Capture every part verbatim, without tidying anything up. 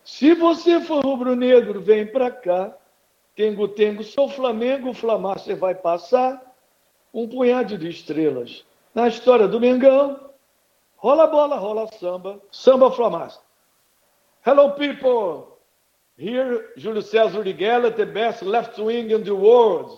Se você for rubro-negro, vem pra cá. Tengo, tengo, sou Flamengo, o Flamácia vai passar. Um punhado de estrelas. Na história do Mengão, rola bola, rola samba, samba Flamácia. Hello people, here Júlio César Urigeller, the best left wing in the world.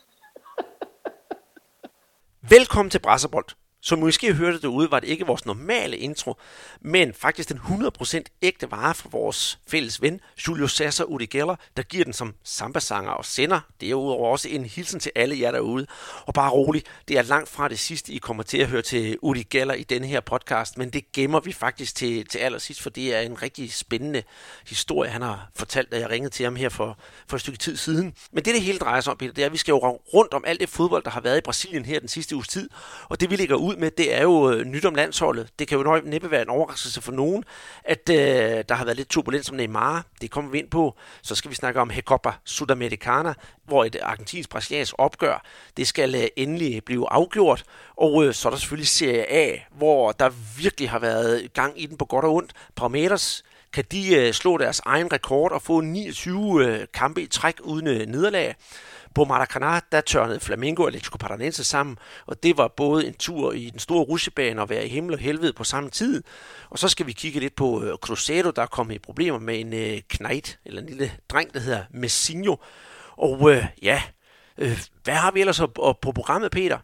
Velkommen til Brasserbold. Som I måske hørte derude, var det ikke vores normale intro, men faktisk den hundrede procent ægte vare fra vores fælles ven, Júlio César Urigeller, der giver den som sambasanger og sender. Det er jo også en hilsen til alle jer derude. Og bare rolig, det er langt fra det sidste, I kommer til at høre til Urigeller i denne her podcast, men det gemmer vi faktisk til, til allersidst, for det er en rigtig spændende historie, han har fortalt, da jeg ringede til ham her for, for et stykke tid siden. Men det, det hele drejer sig om, Peter, det er, at vi skal jo rundt om alt det fodbold, der har været i Brasilien her den sidste uges tid, og det vi lægger ud med, det er jo øh, nyt om landsholdet. Det kan jo nok næppe være en overraskelse for nogen, at øh, der har været lidt turbulens om Neymar. Det kommer vi ind på. Så skal vi snakke om Recopa Sudamericana, hvor et argentinsk-brasiliansk opgør, det skal øh, endelig blive afgjort. Og øh, så er der selvfølgelig Serie A, hvor der virkelig har været gang i den på godt og ondt. Palmeiras, kan de øh, slå deres egen rekord og få niogtyve øh, kampe i træk uden øh, nederlag. På Maracanã, der tørnede Flamengo og Atlético Paranaense sammen, og det var både en tur i den store rutsjebane og være i himmel og helvede på samme tid. Og så skal vi kigge lidt på uh, Cruzeiro, der er kommet i problemer med en uh, knejt, eller en lille dreng, der hedder Messinho. Og uh, ja, uh, hvad har vi ellers på, på programmet, Peter?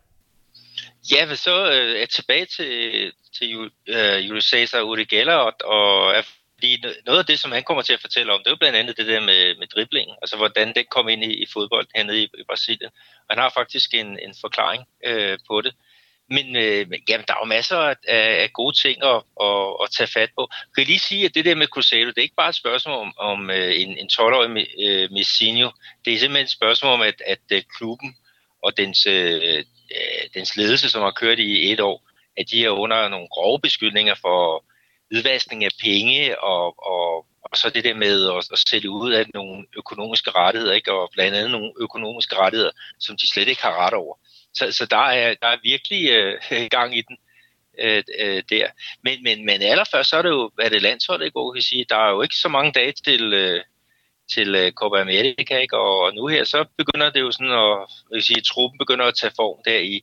Ja, men så uh, er tilbage til, til uh, Júlio César Urigeller, og, og er Fordi noget af det, som han kommer til at fortælle om, det er jo blandt andet det der med, med driblingen, altså hvordan det kom ind i, i fodbold hernede i, i Brasilien. Og han har faktisk en, en forklaring øh, på det. Men øh, jamen, der er jo masser af, af gode ting at, at, at tage fat på. Kan jeg lige sige, at det der med Cruzeiro, det er ikke bare et spørgsmål om, om en, en tolv-årig øh, Messinho. Det er simpelthen et spørgsmål om, at, at, at klubben og dens, øh, dens ledelse, som har kørt i et år, at de er under nogle grove beskyldninger for udvaskning af penge, og, og, og så det der med at, at sætte ud af nogle økonomiske rettigheder, ikke? Og blandt andet nogle økonomiske rettigheder, som de slet ikke har ret over. Så, så der, er, der er virkelig øh, gang i den øh, øh, der. Men, men, men allerførst så er det jo, hvad det landsholdet ikke kan sige, der er jo ikke så mange dage til, øh, til øh, Copa America, ikke? Og, og nu her, så begynder det jo sådan at, jeg vil sige, truppen begynder at tage form der i,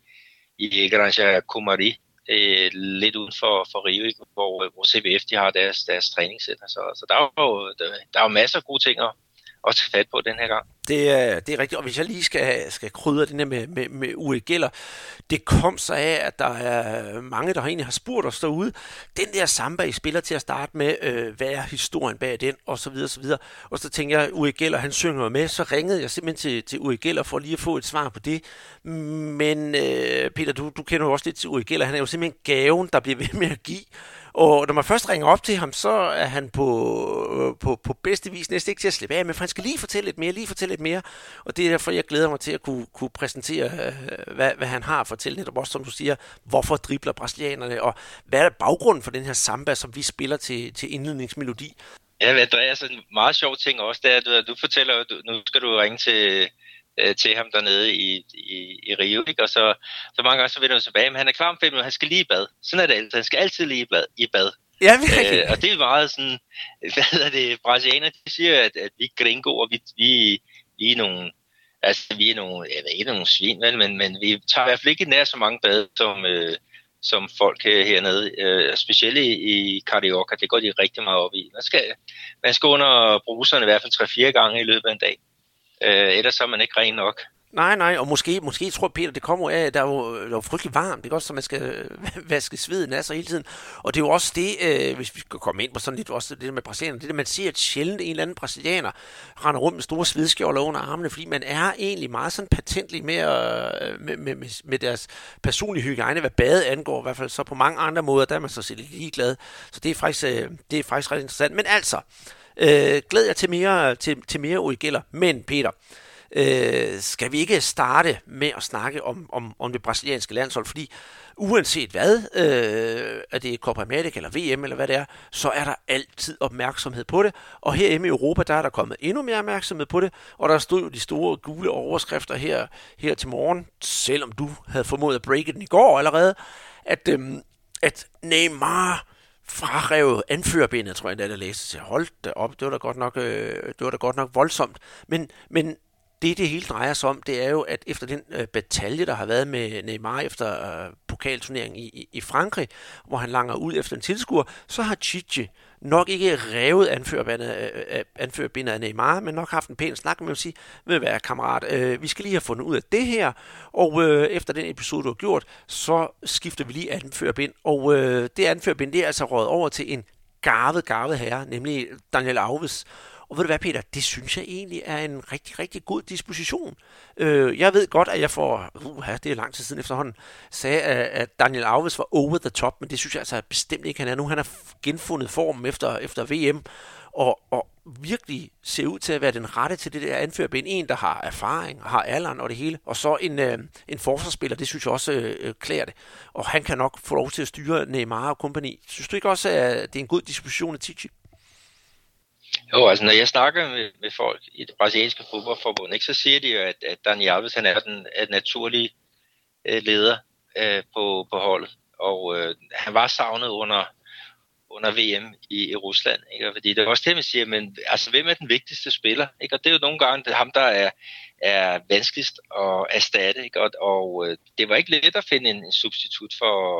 i Granja Comari. Øh, lidt uden for, for Rio, hvor, hvor C B F de har deres, deres træningscenter. Så, så der er jo der, der er jo masser af gode ting at, at tage fat på den her gang. Det er, det er rigtigt, og hvis jeg lige skal, skal krydre den her med, med, med Urigeller, det kom så af, at der er mange, der egentlig har spurgt os derude, den der samba, I spiller til at starte med, øh, hvad er historien bag den, og så videre, så videre. Og så tænkte jeg, Urigeller, han synger med, så ringede jeg simpelthen til, til Urigeller for lige at få et svar på det. Men øh, Peter, du, du kender jo også lidt til Urigeller, han er jo simpelthen gaven, der bliver ved med at give. Og når man først ringer op til ham, så er han på, på, på bedste vis næsten ikke til at slippe af, men han skal lige fortælle lidt mere, lige fortælle lidt mere. Og det er derfor, jeg glæder mig til at kunne, kunne præsentere, hvad, hvad han har at fortælle, netop også, som du siger, hvorfor dribler brasilianerne, og hvad er baggrunden for den her samba, som vi spiller til, til indledningsmelodi. Ja, Andreas, en meget sjov ting også, det er, at du, du fortæller, du, nu skal du ringe til... til ham dernede i, i, i Rio, ikke? Og så, så mange gange så vender han tilbage, men han er klar om fem minutter, han skal lige i bad. Sådan er det altid, han skal altid lige i bad. I bad. Ja, virkelig. Øh, og det er meget sådan, hvad hedder det, brasilianere, de siger, at, at vi gringoer, vi, vi, vi er nogle, altså vi er nogle, jeg ved ikke, nogle svin, men, men vi tager i hvert fald ikke nær så mange bad, som, øh, som folk hernede, øh, specielt i, i Carioca, det går de rigtig meget op i. Man skal, man skal under bruserne i hvert fald tre-fire gange i løbet af en dag. Øh, ellers så er man ikke ren nok. Nej, nej, og måske, måske tror Peter, det kommer af, at der er jo, der er jo frygtelig varmt, det er også, så man skal vaske sveden af sig hele tiden. Og det er jo også det, øh, hvis vi skal komme ind på sådan lidt, også det der med brasilianerne, det der, man ser, at sjældent en eller anden brasilianer render rundt med store svedskjolder under armene, fordi man er egentlig meget sådan patentlig med, at, med, med, med, med deres personlige hygiejne, hvad bade angår, i hvert fald så på mange andre måder, der er man så selv ligeglad. Så det er faktisk, øh, det er faktisk ret interessant. Men altså, øh, glæder jeg til mere, til, til mere Urigeller. Men Peter, Øh, skal vi ikke starte med at snakke om, om, om det brasilianske landshold, fordi uanset hvad, øh, er det Copa America eller V M eller hvad det er, så er der altid opmærksomhed på det, og herhjemme i Europa, der er der kommet endnu mere opmærksomhed på det, og der stod jo de store gule overskrifter her, her til morgen, selvom du havde formået at breake den i går allerede, at, øh, at Neymar frarevet anførerbindet, tror jeg, da jeg læste til. Hold da op, det var da godt nok, øh, det var da godt nok voldsomt. Men, men det, det hele drejer sig om, det er jo, at efter den øh, batalje, der har været med Neymar efter øh, pokalturneringen i, i, i Frankrig, hvor han langer ud efter en tilskuer, så har Tite nok ikke revet anførerbindet, øh, anførerbindet af Neymar, men nok haft en pæn snak med at sige, ved hvad, kammerat, øh, vi skal lige have fundet ud af det her, og øh, efter den episode, du har gjort, så skifter vi lige anførerbind, og øh, det anførerbind, det er altså røget over til en garvet, garvet herre, nemlig Daniel Alves. Og ved du hvad, Peter, det synes jeg egentlig er en rigtig, rigtig god disposition. Øh, jeg ved godt, at jeg for, uh, det er lang tid siden efterhånden, sagde, at Daniel Alves var over the top, men det synes jeg altså bestemt ikke, han er nu. Han har genfundet formen efter, efter V M, og, og virkelig ser ud til at være den rette til det der anførerbind. En, der har erfaring, har alderen og det hele, og så en, øh, en forsvarsspiller, det synes jeg også øh, klæder det. Og han kan nok få lov til at styre Neymar og kompagni. Synes du ikke også, at det er en god disposition af Tite? Jo, altså når jeg snakker med, med folk i det brasilianske fodboldforbund, ikke, så siger de jo, at, at Daniel Alves, han er den er naturlige øh, leder øh, på, på holdet. Og øh, han var savnet under, under V M i, i Rusland. Ikke? Og fordi det er også det, man siger, men altså, hvem er den vigtigste spiller? Ikke? Og det er jo nogle gange det er ham, der er, er vanskeligst at erstatte. Ikke? Og, og øh, det var ikke let at finde en, en substitut for,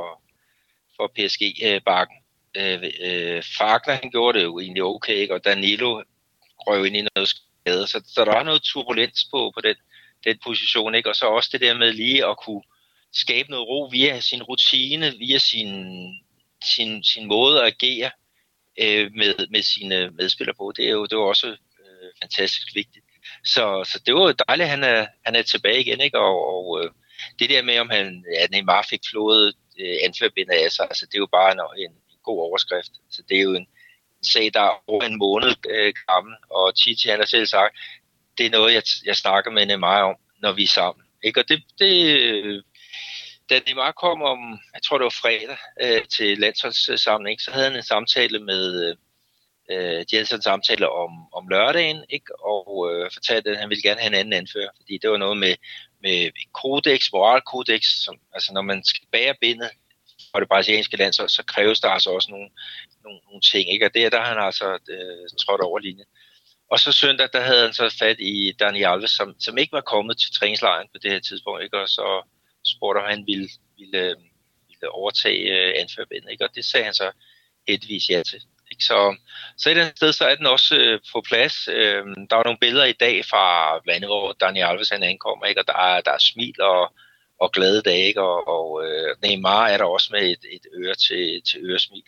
for P S G-bakken. Øh, øh, Fagner, han gjorde det jo egentlig okay, ikke? Og Danilo røg ind i noget skade, så, så der var noget turbulens på, på den, den position, ikke? Og så også det der med lige at kunne skabe noget ro via sin rutine, via sin, sin, sin måde at agere øh, med, med sine medspillere på, det er jo, det var også øh, fantastisk vigtigt. Så, så det var jo dejligt, at han er, han er tilbage igen, ikke? Og, og øh, det der med, om han, at Neymar fik flået øh, anførerbindet af sig, altså det er jo bare en, en god overskrift. Så det er jo en sag, der er over en måned øh, gammel, og Tite, han har selv sagt, det er noget, jeg, jeg snakker med Neymar om, når vi er sammen. Ikke? Og det, det, da Neymar kom om, jeg tror det var fredag, øh, til landsholdssamling, så havde han en samtale med, øh, de havde en samtale om, om lørdagen, ikke? Og øh, fortalte, at han ville gerne have en anden anfører, fordi det var noget med, med kodex, moralkodex, som, altså når man skal bære bindet og det brasilianske land, så, så kræves der altså også nogle, nogle, nogle ting, ikke? Og det der han altså øh, trådt over linjen. Og så søndag, der havde han så fat i Daniel Alves, som, som ikke var kommet til træningslejren på det her tidspunkt, ikke? Og så spurgte om han ville, ville, ville overtage øh, anførerbindet, ikke? Og det sagde han så heldigvis ja til. Ikke? Så, så et eller andet sted, så er den også øh, på plads. Øh, der var nogle billeder i dag fra blandt andet, hvor Daniel Alves han ankommer, ikke? Og der er, der er smil og og glade dage, ikke? Og, og øh, Neymar er der også med et, et øre til, til øresmil.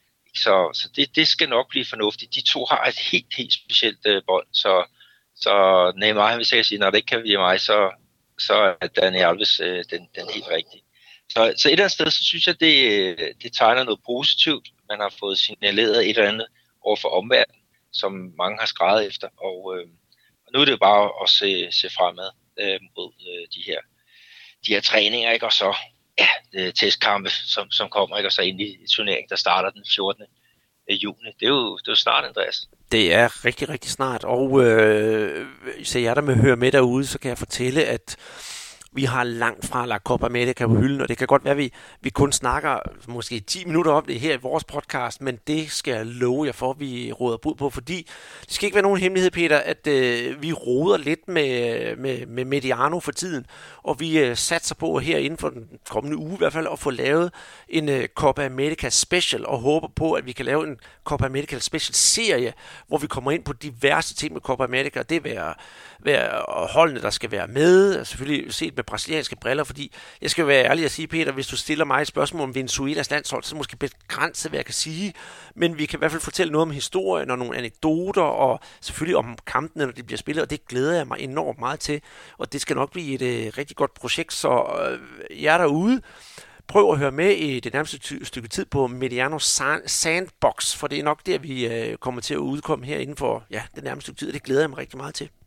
Så, så det, det skal nok blive fornuftigt. De to har et helt, helt specielt øh, bånd, så, så Neymar, han vil sikkert sige, når det ikke kan via mig, så, så er Daniel Alves øh, den, den helt rigtige. Så, så et eller andet sted, så synes jeg, det, det tegner noget positivt. Man har fået signaleret et eller andet over for omverdenen, som mange har skrevet efter, og, øh, og nu er det jo bare at se, se fremad øh, mod øh, de her de her træninger, ikke? Og så ja, testkampe, som, som kommer, ikke? Og så ind i turneringen, der starter den fjortende juni. Det er jo, det er jo snart, Andreas. Det er rigtig, rigtig snart, og øh, så jeg der med høre med derude, så kan jeg fortælle, at vi har langt fra lagt Copa America på hylden, og det kan godt være, at vi, vi kun snakker måske ti minutter om det her i vores podcast, men det skal jeg love jer for, at vi råder bud på, fordi det skal ikke være nogen hemmelighed, Peter, at øh, vi roder lidt med, med, med Mediano for tiden, og vi øh, satser på her inden for den kommende uge i hvert fald at få lavet en øh, Copa America Special, og håber på, at vi kan lave en Copa America Special serie, hvor vi kommer ind på diverse ting med Copa America, det vil være, være holdene, der skal være med, selvfølgelig set med brasilianske briller, fordi jeg skal være ærlig at sige, Peter, hvis du stiller mig et spørgsmål om Venezuelas landshold, så er det måske begrænset, hvad jeg kan sige, men vi kan i hvert fald fortælle noget om historien og nogle anekdoter, og selvfølgelig om kampene, når de bliver spillet, og det glæder jeg mig enormt meget til, og det skal nok blive et øh, rigtig godt projekt, så øh, jeg er derude. Prøv at høre med i det nærmeste ty- stykke tid på Mediano Sandbox, for det er nok der, vi øh, kommer til at udkomme her inden for ja, det nærmeste stykke tid, og det glæder jeg mig rigtig meget til.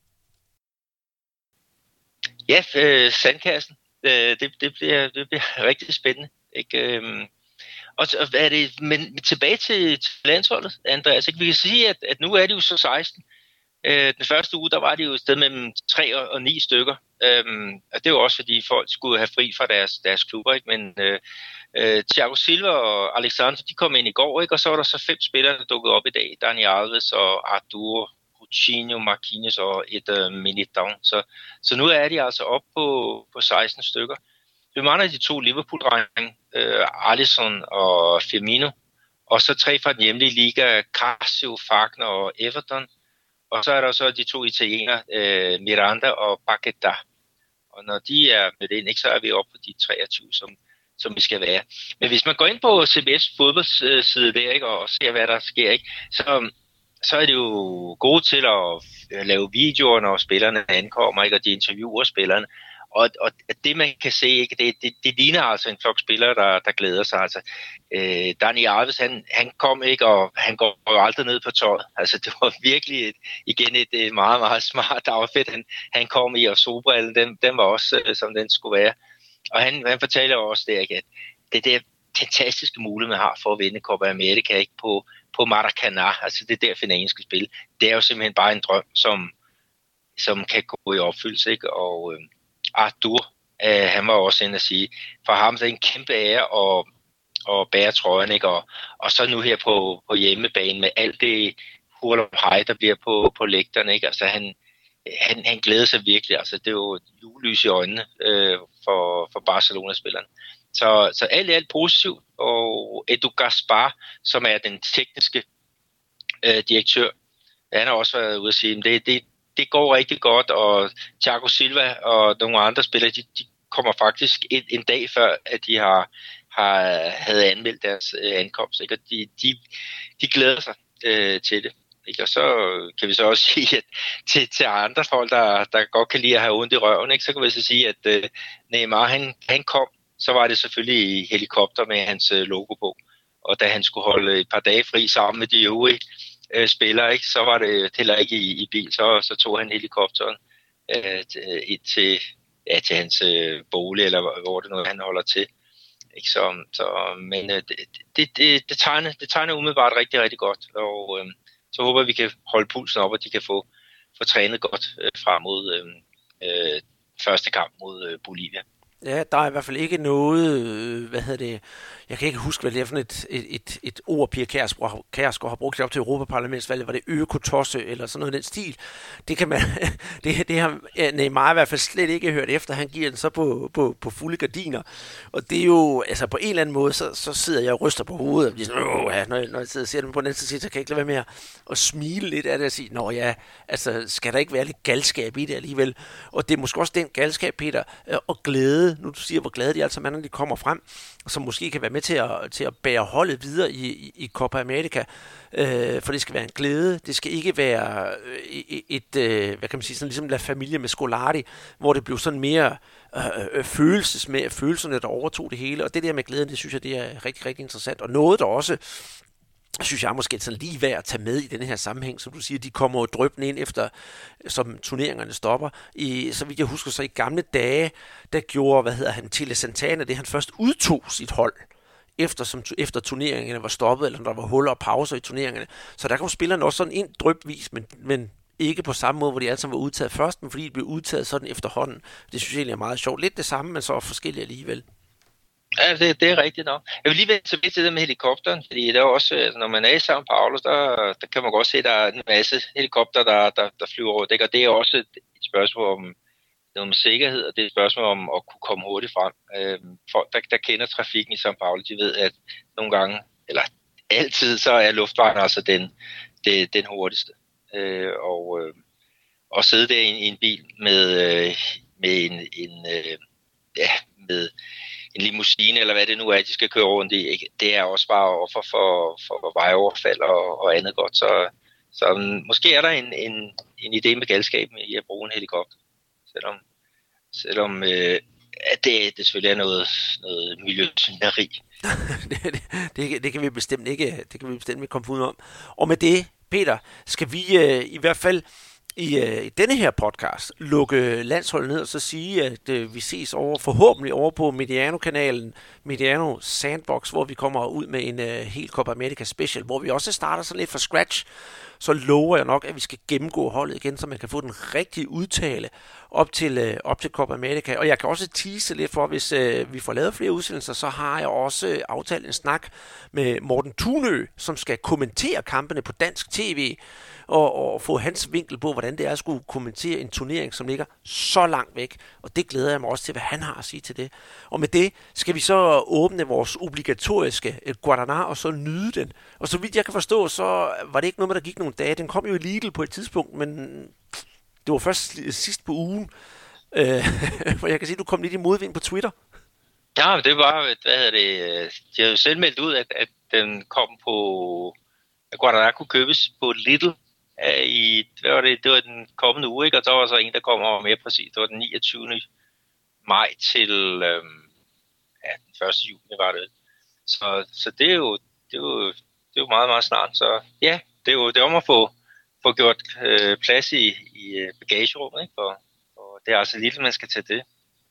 Ja, øh, sandkassen. Øh, det, det, bliver, det bliver rigtig spændende. Ikke? Øhm, og hvad er det, men tilbage til, til landsholdet, Andreas. Ikke? Vi kan sige, at, at nu er det jo så seksten. Øh, den første uge, der var det jo et sted mellem tre og ni stykker Øhm, og det er jo også, fordi folk skulle have fri fra deres, deres klubber, ikke? Men øh, øh, Thiago Silva og Alexandre, de kom ind i går, ikke? Og så var der så fem spillere, der dukkede op i dag. Dani Alves og Artur, Coutinho, Marquinhos og et uh, Militão. Så, så nu er de altså op på, på seksten stykker. Vi mangler de to Liverpool-drenge, øh, Alisson og Firmino. Og så tre fra den hjemlige liga, Casio, Fagner og Everton. Og så er der så de to italienere, øh, Miranda og Paquetá. Og når de er med ind, ikke, så er vi oppe på de treogtyve, som, som vi skal være. Men hvis man går ind på C B S fodboldside der, ikke, og ser, hvad der sker, ikke, så, så er de jo gode til at lave videoer, når spillerne ankommer, ikke, og de interviewer spillerne. Og, og det man kan se, ikke, det, det, det ligner altså en flok spillere, der, der glæder sig. Altså, øh, Dani Alves, han, han kom ikke, og han går jo aldrig ned på tøjet. Altså, det var virkelig et, igen et, et meget, meget smart outfit, han, han kom i, og solbrillen, den, den var også, øh, som den skulle være. Og han, han fortæller også det, ikke, at det der fantastiske mulighed, man har for at vinde Copa America, ikke, på, på Maracanã, altså det der finalen skal spille, det er jo simpelthen bare en drøm, som, som kan gå i opfyldelse, ikke, og øh, Artur, øh, han var også inde at sige, for ham det er en kæmpe ære at, at bære trøjen, ikke? Og, og så nu her på, på hjemmebane med alt det hurlumhej, der bliver på, på lægterne, ikke? Altså han, han, han glæder sig virkelig, altså det er jo julelys i øjnene øh, for, for Barcelona-spillerne. Så, så alt i alt positivt, og Edu Gaspar, som er den tekniske øh, direktør, han har også været ude at sige, at det, det Det går rigtig godt, og Thiago Silva og nogle andre spillere, de, de kommer faktisk en, en dag før, at de har, har havde anmeldt deres øh, ankomst, ikke? Og de, de, de glæder sig øh, til det, ikke? Og så kan vi så også sige, at til, til andre folk, der, der godt kan lide at have ondt i røven, ikke? Så kan vi så sige, at øh, Neymar, han, han kom, så var det selvfølgelig i helikopter med hans øh, logo på, og da han skulle holde et par dage fri sammen med de øvrige Øh, spiller, ikke, så var det heller ikke i, i bil, så, så tog han helikopteren øh, til, til, ja, til hans øh, bolig, eller hvor det nu han holder til. Ikke, så, så, men øh, det, det, det, det, tegner, det tegner umiddelbart rigtig, rigtig godt, og øh, så håber vi kan holde pulsen op, og de kan få, få trænet godt øh, frem mod øh, øh, første kamp mod øh, Bolivia. Ja, der er i hvert fald ikke noget, øh, hvad hedder det, jeg kan ikke huske, hvad det er for et, et, et, et ord, Pia Kjærsgaard, Kjærsgaard har brugt det op til Europaparlamentsvalget, var det økotosse eller sådan noget i den stil. Det kan man, det, det har Neymar i hvert fald slet ikke hørt efter, han giver den så på, på, på fulde gardiner. Og det er jo, altså på en eller anden måde, så, så sidder jeg og ryster på hovedet, og bliver sådan, åh, ja, når, jeg, når jeg sidder og ser dem på den næste side, så kan jeg ikke lade være med at, at smile lidt af det og sige, nå ja, altså skal der ikke være lidt galskab i det alligevel? Og det er måske også den galskab, Peter, og glæde, nu du siger, hvor glade de alle sammen er, når de kommer frem, som måske kan være med til at, til at bære holdet videre i, i, i Copa America, øh, for det skal være en glæde, det skal ikke være et, et øh, hvad kan man sige, sådan ligesom La Familia med Scolari, hvor det blev sådan mere øh, følelses med følelserne, der overtog det hele, og det der med glæden, det synes jeg, det er rigtig, rigtig interessant, og noget der også synes jeg måske sådan lige værd at tage med i den her sammenhæng, som du siger, de kommer jo dryppende ind efter, som turneringerne stopper. I, så vidt jeg husker, så i gamle dage, der gjorde, hvad hedder han, Tele Santana, det han først udtog sit hold, efter, som, efter turneringerne var stoppet, eller når der var huller og pauser i turneringerne. Så der kom spillerne også sådan ind drypvis, men, men ikke på samme måde, hvor de alle sammen var udtaget først, men fordi de blev udtaget sådan efterhånden. Det synes jeg egentlig er meget sjovt. Lidt det samme, men så forskellige alligevel. Ja, det, det er rigtigt nok. Jeg vil lige vende tilbage til det med helikopteren, fordi der er også, når man er i São Paulo, der, der kan man godt se, at der er en masse helikopter, der, der, der flyver rundt, ikke? Og det er også et spørgsmål om noget med sikkerhed, og det er et spørgsmål om at kunne komme hurtigt frem. Øhm, folk, der, der kender trafikken i São Paulo, de ved, at nogle gange, eller altid, så er luftvejen altså den, det, den hurtigste. Øh, og, øh, og sidde der i, i en bil med, øh, med en, en øh, ja, med en limousine, eller hvad det nu er, de skal køre rundt i, ikke? Det er også bare offer for, for vejoverfald og, og andet godt. Så, så um, måske er der en, en, en idé med galskaben i at bruge en helikopter, selvom, selvom øh, at det, det selvfølgelig er noget, noget miljøsyneri. det, det, det, det kan vi bestemt ikke, det kan vi bestemt ikke komme ud om. Og med det, Peter, skal vi øh, i hvert fald i, øh, i denne her podcast lukke landsholdet ned og så sige, at øh, vi ses over, forhåbentlig over på Mediano-kanalen, Mediano Sandbox, hvor vi kommer ud med en øh, helt Copa America special, hvor vi også starter så lidt fra scratch, så lover jeg nok, at vi skal gennemgå holdet igen, så man kan få den rigtige udtale op til, øh, op til Copa America. Og jeg kan også tease lidt for, hvis øh, vi får lavet flere udsendelser, så har jeg også aftalt en snak med Morten Tunø, som skal kommentere kampene på dansk tv, og, og få hans vinkel på, hvordan det er at skulle kommentere en turnering, som ligger så langt væk. Og det glæder jeg mig også til, hvad han har at sige til det. Og med det skal vi så åbne vores obligatoriske Guaraná, og så nyde den. Og så vidt jeg kan forstå, så var det ikke noget med, der gik nogle dage. Den kom jo i Lidl på et tidspunkt, men det var først sidst på ugen. Øh, for jeg kan sige, at du kom lidt i modvind på Twitter. Ja, men det var, hvad hedder det, de havde jo selv meldt ud, at, at den kom på, at Guaraná kunne købes på Lidl i, hvad var det, det var den kommende uge, ikke? Og der var så en, der kom over mere præcis. Det var den niogtyvende maj til øhm, ja, den første juni var det. Så, så det er jo, det er jo, det er jo meget, meget snart. Så ja, det er jo det er om at få, få gjort øh, plads i, i bagagerummet, ikke? For, for det er altså lidt, man skal tage det.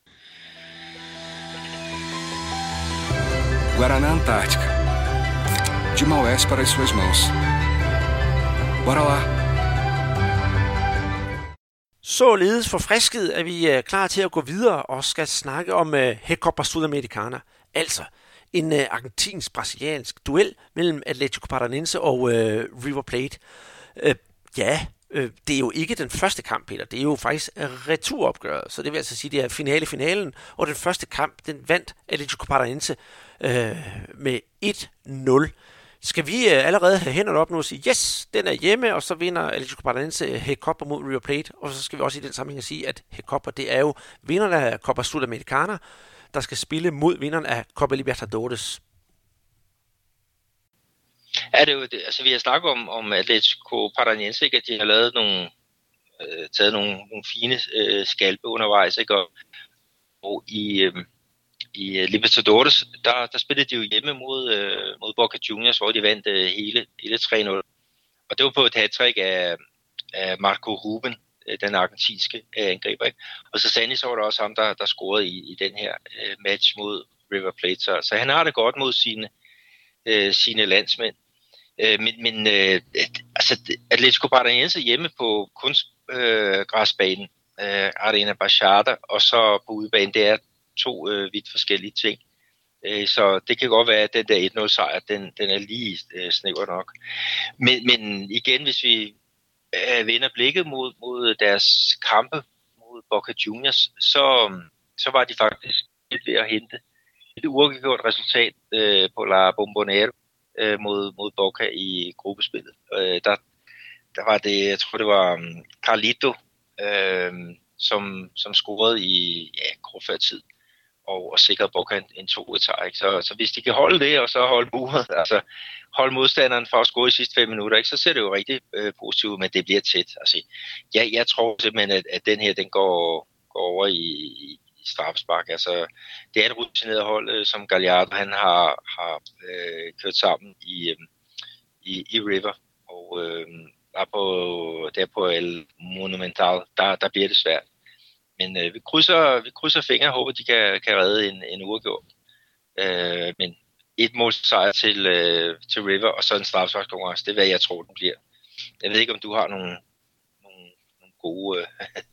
Guaraná Antártica. De Maués para as suas mãos. Bora lá. Således forfrisket er vi uh, klar til at gå videre og skal snakke om uh, Recopa Sudamericana. Altså en uh, argentinsk-brasiliansk duel mellem Atlético Paranaense og uh, River Plate. Uh, ja, uh, det er jo ikke den første kamp, Peter. Det er jo faktisk returopgøret. Så det vil altså sige, det er finale-finalen. Og den første kamp, den vandt Atlético Paranaense uh, med et nul. Skal vi uh, allerede have hænderne op nu og sige, yes, den er hjemme, og så vinder Atlético Paranaense Recopa mod River Plate, og så skal vi også i den sammenhæng sige, at Recopa, det er jo vinderne af Copa Sudamericana, der skal spille mod vinderen af Copa Libertadores. Ja, det er jo det. Altså, vi har snakket om, om Atlético Paranaense, ikke? At de har lavet nogle, øh, taget nogle, nogle fine øh, skalpe undervejs, ikke? Og, og i... Øh, I Libertadores, der, der spillede de jo hjemme mod, øh, mod Boca Juniors, hvor de vandt øh, hele, hele tre nul. Og det var på et hat-trick af, af Marco Ruben, øh, den argentinske øh, angriber. Ikke? Og så sandelig så var der også ham, der, der scorede i, i den her øh, match mod River Plate. Så, så han har det godt mod sine, øh, sine landsmænd. Øh, men men øh, altså, Atlético Paranaense hjemme på kunstgræsbanen, øh, øh, Arena Baixada, og så på udebane, det er to øh, vidt forskellige ting. Øh, så det kan godt være, at den der et nul sejr, den, den er lige øh, snæver nok. Men, men igen, hvis vi øh, vender blikket mod, mod deres kampe mod Boca Juniors, så, så var de faktisk lidt ved at hente et uafgjort resultat øh, på La Bombonera øh, mod, mod Boca i gruppespillet. Øh, der, der var det, jeg tror det var um, Carlito, øh, som, som scorede i ja, kort før tid. Og, og sikrede Boca en, en to-et-sejr. Så, så hvis de kan holde det, og så holde buret, altså holde modstanderen for at score i sidste fem minutter, ikke, så ser det jo rigtig øh, positivt ud, men det bliver tæt. Altså, jeg, jeg tror simpelthen, at, at den her, den går, går over i, i, i straffespark. Altså, det er et rutineret hold, øh, som Gallardo, han har, har øh, kørt sammen i, øh, i, i River, og øh, der på, der på El Monumental, der, der bliver det svært. Men øh, vi krydser, vi krydser fingre og håber, de kan, kan redde en, en uafgjort. Øh, men et målsejr til, øh, til River, og så en straffesparkskonkurrence, det er, hvad jeg tror, den bliver. Jeg ved ikke, om du har nogle, nogle, nogle gode, øh,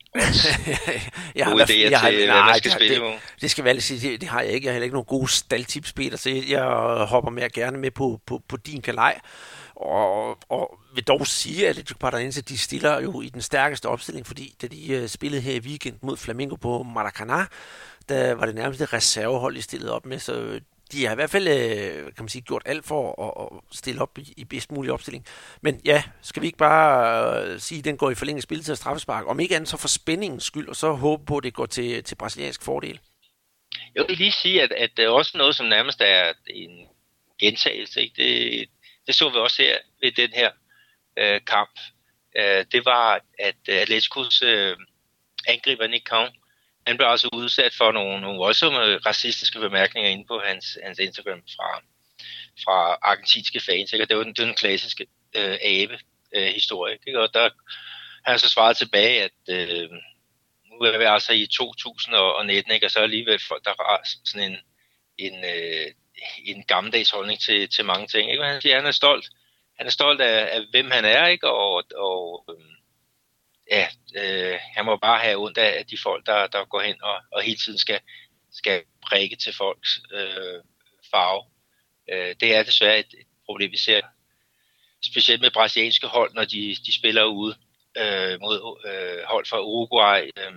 jeg gode idéer jeg har, til, nej, hvad man skal det, spille det, på. Det skal vel sige, det, det har jeg ikke. Jeg har heller ikke nogen gode staldtips, Peter, så jeg, jeg hopper mere gerne med på, på, på din kalej. Og, og vil dog sige, at Atlético Paranaense, de stiller jo i den stærkeste opstilling, fordi da de uh, spillede her i weekend mod Flamengo på Maracanã, der var det nærmest et reservehold, de stillede op med, så de har i hvert fald, uh, kan man sige, gjort alt for at, at stille op i, i bedst mulig opstilling. Men ja, skal vi ikke bare uh, sige, at den går i forlænget spil til straffespark, om ikke andet så for spændingens skyld, og så håbe på, at det går til, til brasiliansk fordel? Jeg vil lige sige, at, at det er også noget, som nærmest er en gentagelse, ikke? Det Det så vi også her ved den her øh, kamp. Øh, det var, at øh, Atléticos øh, angriber Nick Kahn, han blev altså udsat for nogle, nogle voldsomme racistiske bemærkninger inde på hans, hans Instagram fra, fra argentinske fans. Ikke? Det var den, den klassiske øh, abe-historie. Øh, og der har han så svaret tilbage, at øh, nu er vi altså i to tusind nitten, ikke? Og så alligevel folk, der har sådan en... en øh, en gammeldags holdning til, til mange ting. Ikke? Han siger, han er stolt han er stolt af, af hvem han er, ikke? Og, og øh, ja, øh, han må bare have ondt af de folk, der, der går hen og, og hele tiden skal, skal prikke til folks øh, farve. Øh, det er desværre et, et problem, vi ser specielt med brasilianske hold, når de, de spiller ude øh, mod øh, hold fra Uruguay, øh,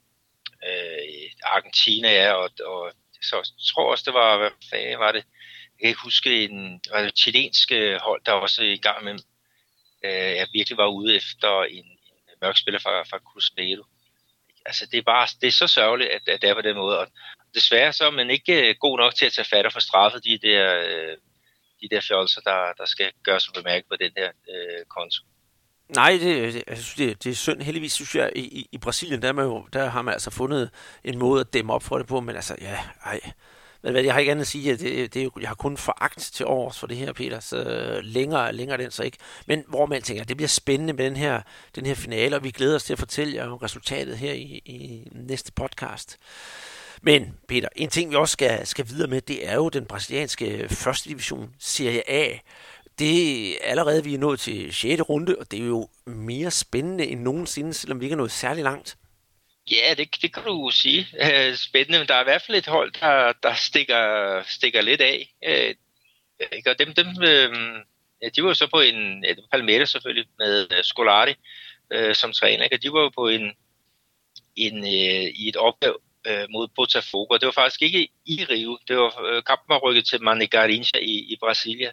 øh, Argentina, ja, og, og så jeg tror også, det var, hvad fanden var det? Jeg kan ikke huske, en var det chilensk hold, der også i gang med, øh, jeg virkelig var ude efter en, en mørk spiller fra, fra Cruzeiro. Altså, det er bare, det er så sørgeligt, at, at det er på den måde, og desværre så er man ikke god nok til at tage fat og få straffet de der, øh, de der fjolser, der, der skal gøres som bemærket på den her øh, konto. Nej, det, det, jeg synes, det, det er synd. Heldigvis synes jeg, i, i, i Brasilien, der, man jo, der har man altså fundet en måde at dæmme op for det på, men altså, ja, ej. Men hvad, jeg har ikke andet at sige, at det, det, jeg har kun foragt til års for det her, Peter, så længere, længere den så ikke. Men hvor man tænker, det bliver spændende med den her, den her finale, og vi glæder os til at fortælle jer om resultatet her i, i næste podcast. Men Peter, en ting vi også skal, skal videre med, det er jo den brasilianske første division Serie A. Det er allerede, vi er nået til sjette runde, og det er jo mere spændende end nogensinde, selvom vi ikke er nået særlig langt. Ja, det, det kan du sige. Øh, spændende, men der er i hvert fald et hold, der, der stikker, stikker lidt af. Øh, og dem, dem øh, ja, de var jo så på en, ja, Palmeiras selvfølgelig, med uh, Scolari øh, som træner, ikke? Og de var jo på en, en øh, i et opgave øh, mod Botafogo. Det var faktisk ikke i Rio. Det var, øh, kampen var rykket til Mané Garrincha i, i Brasilia.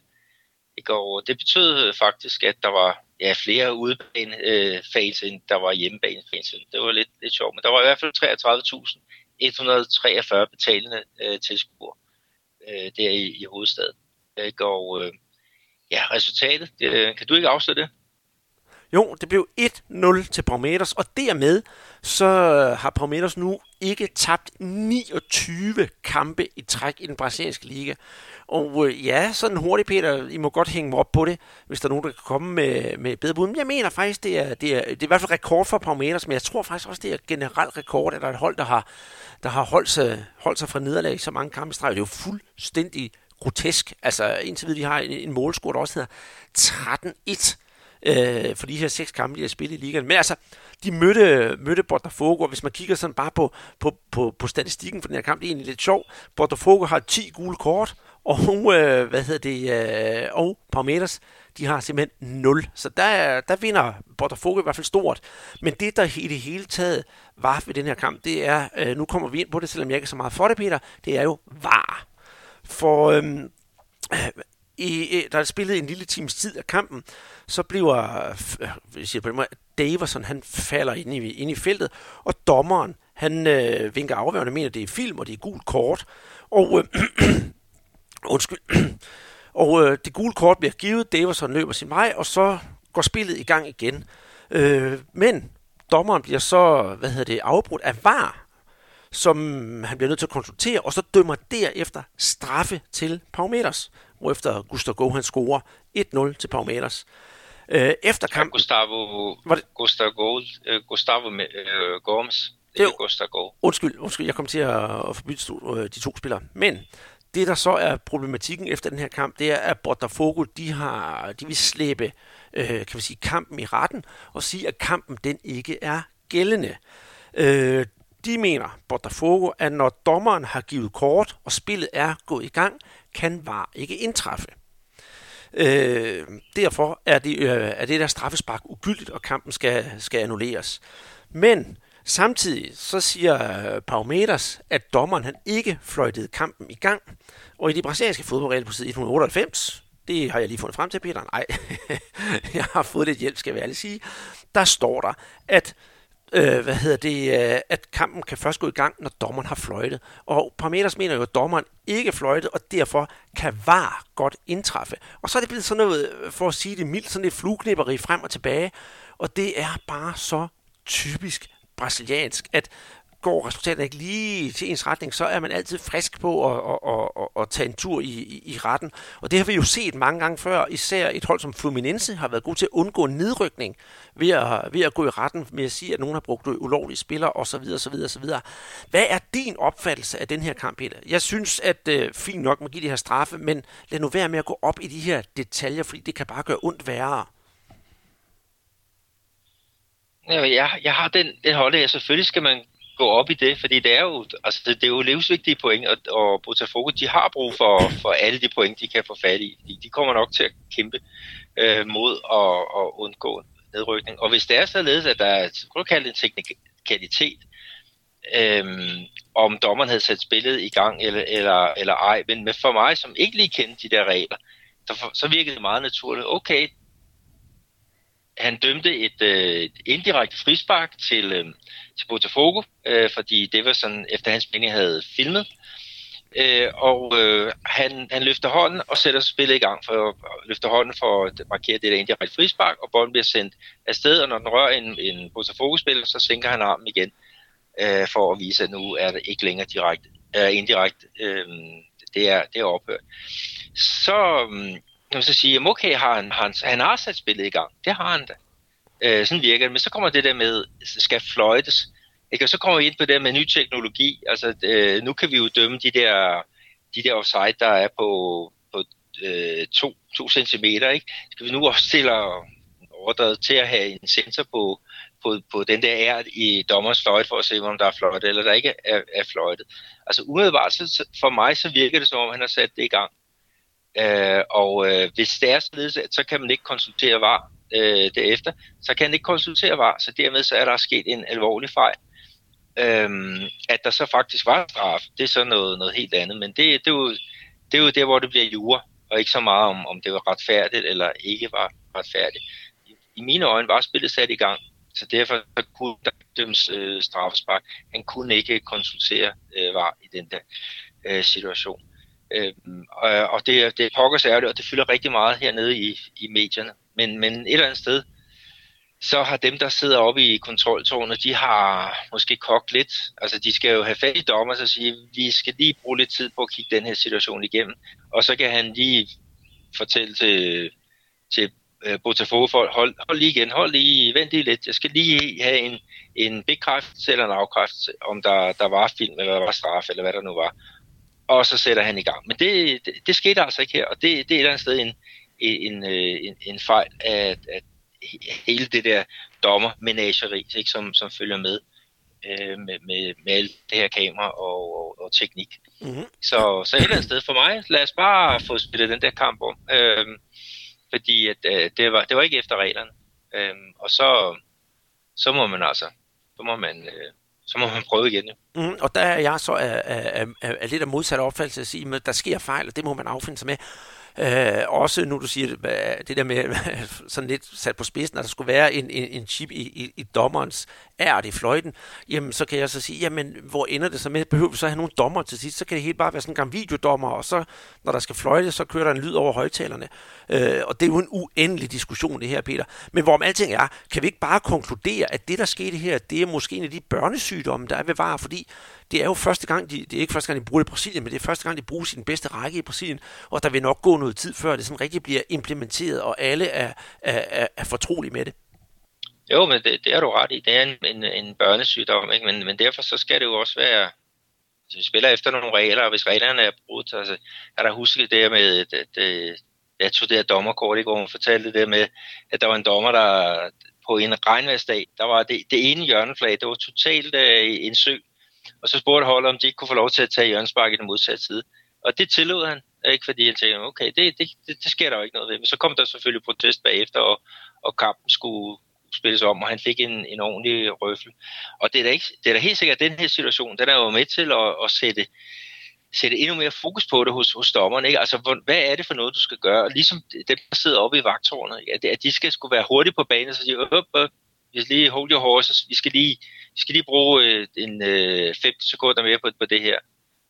Og det betød faktisk, at der var ja, flere udebane-fans, end der var hjemmebane-fans. Det var lidt, lidt sjovt, men der var i hvert fald treogtredive tusind et hundrede og treogfyrre betalende øh, tilskuere øh, der i, i hovedstaden. Og øh, ja, resultatet, det, kan du ikke afsløre det? Jo, det blev et nul til Palmeiras, og dermed så har Palmeiras nu ikke tabt niogtyve kampe i træk i den brasilianske liga. Og øh, ja, sådan hurtigt, Peter, I må godt hænge mig op på det, hvis der er nogen, der kan komme med, med bedre bud. Men jeg mener faktisk, det er, det, er, det er i hvert fald rekord for Palmeiras, men jeg tror faktisk også, det er generelt rekord, at der er et hold, der har, der har holdt, sig, holdt sig fra nederlag i så mange kampe i streg. Det er jo fuldstændig grotesk. Altså indtil videre, de har en, en målscore, der også hedder tretten et. Øh, for de her seks kampe, de har spillet i ligaen. Men altså, de mødte, mødte Botafogo, og hvis man kigger sådan bare på, på, på, på statistikken for den her kamp, det er egentlig lidt sjovt. Botafogo har ti gule kort, og, øh, hvad hedder det, øh, og Palmeiras, de har simpelthen nul. Så der, der vinder Botafogo i hvert fald stort. Men det, der i det hele taget var ved den her kamp, det er, øh, nu kommer vi ind på det, selvom jeg ikke er så meget for det, Peter, det er jo V A R. For øh, i, der er spillet en lille times tid af kampen, så bliver øh, siger på den måde, Daverson, han falder ind i, ind i feltet, og dommeren, han øh, vinker afværende, mener, det er film, og det er gult kort, og øh, undskyld, og øh, det gule kort bliver givet, Daverson løber sin vej, og så går spillet i gang igen. Øh, men dommeren bliver så, hvad hedder det, afbrudt af V A R, som han bliver nødt til at konsultere, og så dømmer derefter straffe til Palmeiras, hvorefter Gustavo han scorer et nul til Palmeiras. Øh, efter kampen... Ja, Gustavo... Var det? Gustavo... Øh, Gustavo øh, Gomes. Det er Gustavo. Undskyld, undskyld, jeg kom til at, at forbytte de to spillere. Men det, der så er problematikken efter den her kamp, det er, at Botafogo, de, har, de vil slæbe øh, kan man sige, kampen i retten, og sige, at kampen den ikke er gældende. Øh, De mener, Botafogo, at når dommeren har givet kort, og spillet er gået i gang, kan V A R ikke indtræffe. Øh, derfor er det, øh, er det der straffespark ugyldigt, og kampen skal, skal annulleres. Men samtidig så siger Palmeiras, at dommeren han ikke fløjtede kampen i gang. Og i de brasilianske fodboldregler på side et hundrede og otteoghalvfems, det har jeg lige fundet frem til, Peter. Nej, jeg har fået lidt hjælp, skal jeg ærligt sige. Der står der, at Øh, hvad hedder det, øh, at kampen kan først gå i gang, når dommeren har fløjtet. Og Palmeiras mener jo, at dommeren ikke fløjtet, og derfor kan V A R godt indtræffe. Og så er det blevet sådan noget, for at sige det mildt, sådan lidt flueknipperi frem og tilbage. Og det er bare så typisk brasiliansk, at går resultatet ikke lige til ens retning, så er man altid frisk på at, at, at, at, at tage en tur i, i, i retten. Og det har vi jo set mange gange før, især et hold som Fluminense har været god til at undgå nedrykning ved at, ved at gå i retten med at sige, at nogen har brugt ulovlige spillere osv. osv. osv. Hvad er din opfattelse af den her kamp, Peter? Jeg synes, at øh, fint nok man give de her straffe, men lad nu være med at gå op i de her detaljer, fordi det kan bare gøre ondt værre. Ja, jeg, jeg har den, den holde, at selvfølgelig skal man gå op i det, fordi det er jo, altså det, det er jo livsvigtige point, og, og Botafogo, de har brug for, for alle de point, de kan få fat i. De, de kommer nok til at kæmpe øh, mod at, at undgå nedrykning. Og hvis det er således, at der er, kunne du kalde det en teknikalitet, øh, om dommeren havde sat spillet i gang eller, eller, eller ej, men med for mig, som ikke lige kendte de der regler, så, så virkede det meget naturligt. Okay, han dømte et, øh, et indirekte frispark til, øh, til Botafogo, øh, fordi det var sådan, efter hans mening havde filmet. Øh, og øh, han, han løfter hånden og sætter spillet i gang, for løfter hånden for at markere det der indirekte frispark, og bolden bliver sendt afsted, og når den rører en, en Botafogo-spiller, så sænker han armen igen, øh, for at vise, at nu er det ikke længere direkte, øh, indirekte. Øh, det, er, det er ophørt. Så... Øh, kan man så sige, at okay, har han, han, han har sat spillet i gang. Det har han da. Øh, sådan virker det. Men så kommer det der med, skal fløjtes. Ikke? Og så kommer vi ind på det med ny teknologi. Altså, øh, nu kan vi jo dømme de der, de der offside, der er på, på øh, to, to centimeter. Ikke? Skal vi nu også stille overdrevet til at have en sensor på, på, på den der ært i dommers fløjt, for at se, om der er fløjtet, eller der ikke er, er fløjtet. Altså umiddelbart, så, for mig, så virker det som om, han har sat det i gang. Uh, og uh, hvis det er således, så kan man ikke konsultere V A R uh, derefter, så kan man ikke konsultere V A R, så dermed så er der sket en alvorlig fejl. Uh, at der så faktisk var straf, det er så noget, noget helt andet, men det, det, er jo, det er jo der, hvor det bliver jura, og ikke så meget om, om det var retfærdigt eller ikke var retfærdigt. I, i mine øjne var spillet sat i gang, så derfor så kunne der dømmes uh, straffespark. Han kunne ikke konsultere uh, V A R i den der uh, situation. Øhm, og, og det, det er pokkers ærligt, og det fylder rigtig meget hernede i, i medierne. Men, men et eller andet sted, så har dem, der sidder oppe i kontroltårnet, de har måske kogt lidt. Altså, de skal jo have fat i dommer og sige, vi skal lige bruge lidt tid på at kigge den her situation igennem. Og så kan han lige fortælle til, til uh, Botafogo, hold, hold lige igen, hold lige, vent lige lidt. Jeg skal lige have en, en bekræftelse eller en afkræftelse, om der, der var film, eller der var straf, eller hvad der nu var. Og så sætter han i gang. Men det, det, det skete altså ikke her, og det, det er et eller andet sted en, en, en, en fejl af, af hele det der dommermenageri, ikke, som, som følger med, øh, med, med, med alt det her kamera og, og, og teknik. Mm-hmm. Så, så et eller andet sted for mig, lad os bare få spillet den der kamp om, øh, fordi at, øh, det, var, det var ikke efter reglerne. Øh, og så, så må man altså, så må man... Øh, så må man prøve igen. Ja. Mm, og der er jeg så af, af, af, af lidt af modsatte opfattelse at sige, at der sker fejl, og det må man affinde sig med. Øh, også nu du siger det der med sådan lidt sat på spidsen, at der skulle være en, en, en chip i, i, i dommerens ært i fløjten, jamen så kan jeg så sige, jamen hvor ender det så med? Behøver vi så have nogle dommer til sidst? Så kan det helt bare være sådan en gang videodommer, og så når der skal fløjte, så kører der en lyd over højtalerne. Øh, og det er jo en uendelig diskussion det her, Peter. Men hvorom alting er, kan vi ikke bare konkludere, at det der skete her, det er måske en af de børnesygdomme, der er ved V A R, fordi det er jo første gang, de, det er ikke første gang, de bruger det i Brasilien, men det er første gang, de bruger sin bedste række i Brasilien, og der vil nok gå noget tid før det sådan rigtig bliver implementeret, og alle er, er, er fortrolige med det. Jo, men det, det er du ret i. Det er en, en, en børnesygdom, ikke? Men, men derfor så skal det jo også være, altså, vi spiller efter nogle regler, og hvis reglerne er brudt, altså, er der husket det med, at, at, at jeg tog det her dommerkort i går, hun fortalte det med, at der var en dommer, der på en regnværsdag, der var det, det ene hjørneflag, det var totalt uh, en sø, og så spurgte holdet, om de ikke kunne få lov til at tage hjørnespark i den modsatte side. Og det tillod han, ikke, fordi han tænkte, okay, det, det, det, det sker der jo ikke noget ved. Men så kom der selvfølgelig protest bagefter, og, og kampen skulle spilles om, og han fik en, en ordentlig røffel. Og det er, da ikke, det er da helt sikkert, at den her situation, den er jo med til at, at sætte, sætte endnu mere fokus på det hos, hos dommerne. Ikke? Altså, hvad er det for noget, du skal gøre? Ligesom dem, der sidder oppe i vagtårnet, at, at de skal skulle være hurtigt på banen, så siger op, op, vi skal lige hold your horses, vi skal lige, vi skal lige bruge øh, en øh, femten sekunder mere på, på det her.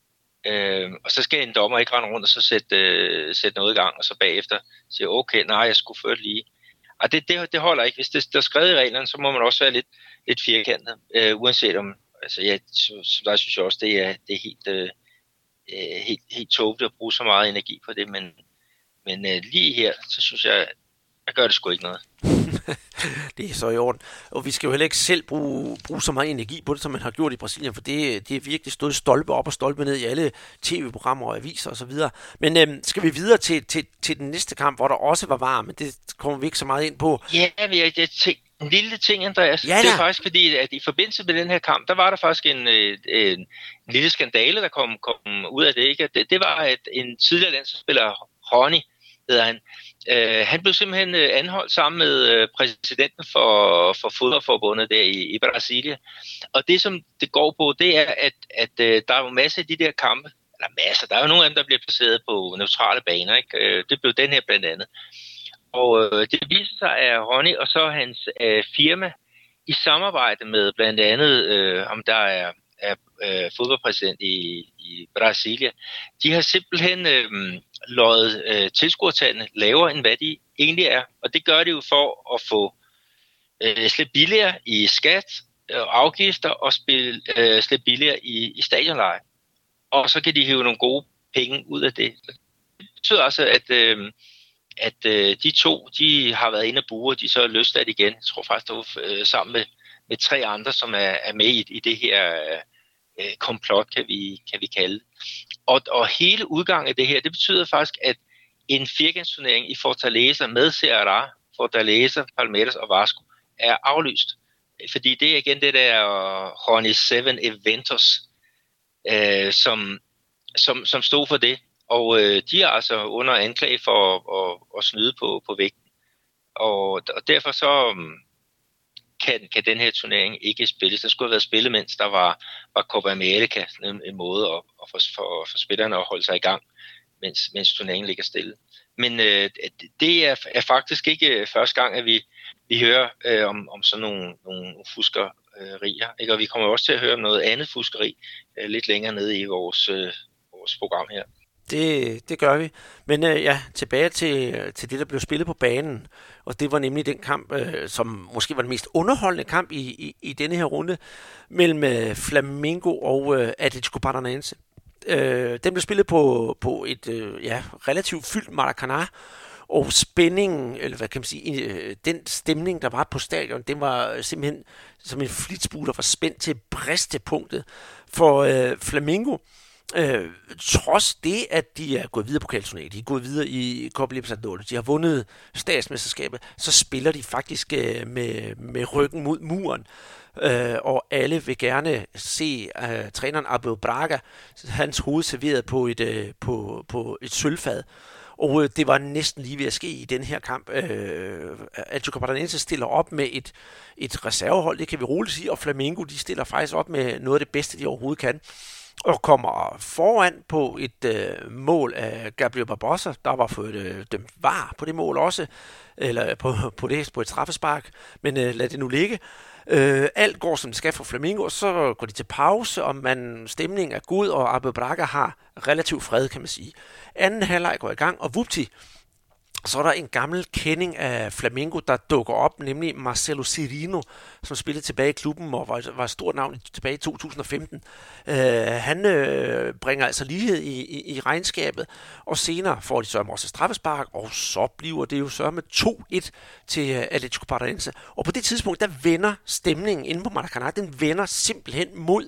Øh, og så skal en dommer ikke rende rundt og så sætte, øh, sætte noget i gang, og så bagefter sige, okay, nej, jeg skulle før lige. Og det, det, det holder ikke. Hvis det, der er skrevet i reglerne, så må man også være lidt, lidt firkantet, øh, uanset om Altså, ja, så, så der synes jeg også, det er, det er helt, øh, helt, helt tåbeligt at bruge så meget energi på det, men, men øh, lige her, så synes jeg, jeg gør det sgu ikke noget. Det er så i orden. Og vi skal jo heller ikke selv bruge, bruge så meget energi på det, som man har gjort i Brasilien, for det, det er virkelig stået stolpe op og stolpe ned i alle tv-programmer og aviser osv. Men øhm, skal vi videre til, til, til den næste kamp, hvor der også var varme, men det kommer vi ikke så meget ind på. Ja, men jeg, jeg tænkte, en lille ting, Andreas. Ja, det er faktisk fordi, at i forbindelse med den her kamp, der var der faktisk en, en, en lille skandale, der kom, kom ud af det. Ikke? Det, det var, at en tidligere landsspiller, Rony, hedder han, øh, han blev simpelthen anholdt sammen med øh, præsidenten for, for fodboldforbundet der i, i Brasilien. Og det, som det går på, det er, at, at øh, der er jo masser af de der kampe, eller masser, der er jo nogle af dem, der bliver placeret på neutrale baner. Ikke? Det blev den her blandt andet. Og øh, det viser sig, at Rony og så hans øh, firma i samarbejde med blandt andet, øh, om der er, er øh, fodboldpræsident i, i Brasilien, de har simpelthen øh, løjet øh, tilskuertallene lavere, end hvad de egentlig er. Og det gør de jo for at få øh, slippe billigere i skat og afgifter og spille, øh, slippe billigere i, i stadionleje. Og så kan de hive nogle gode penge ud af det. Det betyder altså, at... Øh, at øh, de to, de har været inde og buer, de så er løsladt igen. Jeg tror faktisk, det var øh, sammen med, med tre andre, som er, er med i, i det her øh, komplot, kan vi, kan vi kalde det. Og, og hele udgangen af det her, det betyder faktisk, at en firkantsturnering i Fortaleza med Ceará, Fortaleza, Palmeiras og Vasco er aflyst. Fordi det er igen det der Rony syv Eventos, øh, som, som, som stod for det. Og øh, de er altså under anklage for at, at, at snyde på, på vægten. Og, og derfor så um, kan, kan den her turnering ikke spilles. Der skulle have været spillet, mens der var, var Copa America, en, en måde at, at for, for, for spillerne at holde sig i gang, mens, mens turneringen ligger stille. Men øh, det er, er faktisk ikke første gang, at vi, vi hører øh, om, om sådan nogle, nogle fuskerier. Ikke? Og vi kommer også til at høre om noget andet fuskeri øh, lidt længere nede i vores, øh, vores program her. Det, det gør vi. Men øh, ja, tilbage til, til det, der blev spillet på banen. Og det var nemlig den kamp, øh, som måske var den mest underholdende kamp i, i, i denne her runde, mellem øh, Flamengo og øh, Atlético Paranaense. Øh, den blev spillet på, på et øh, ja, relativt fyldt Maracanã. Og spændingen, eller hvad kan man sige, øh, den stemning, der var på stadion, den var simpelthen som en flitsbue, der var spændt til bristepunktet for øh, Flamengo. Øh, trods det, at de er gået videre på pokalturneringen, de er gået videre i Copa Libertadores, de har vundet statsmesterskabet, så spiller de faktisk øh, med, med ryggen mod muren. Øh, og alle vil gerne se øh, træneren Abel Braga, hans hoved serveret på et, øh, på, på et sølvfad. Og øh, det var næsten lige ved at ske i den her kamp. Øh, Atlético Paranaense stiller op med et, et reservehold, det kan vi roligt sige, og Flamengo, de stiller faktisk op med noget af det bedste, de overhovedet kan. Og kommer foran på et øh, mål af Gabriel Barbosa. Der var fået øh, dømt var på det mål også, eller på, på det på et straffespark, men øh, lad det nu ligge. Øh, alt går som det skal for Flamengo, og så går de til pause, og man, stemningen er god, og Abel Braga har relativt fred, kan man sige. Anden halvleg går i gang, og vupti, så er der en gammel kending af Flamengo, der dukker op, nemlig Marcelo Cirino, som spillede tilbage i klubben og var, var et stort navn tilbage i to tusind og femten. Uh, han uh, bringer altså lighed i, i, i regnskabet, og senere får de så også straffespark, og så bliver det jo så med to et til uh, Atlético Paranaense. Og på det tidspunkt, der vender stemningen inde på Maracanã, den vender simpelthen mod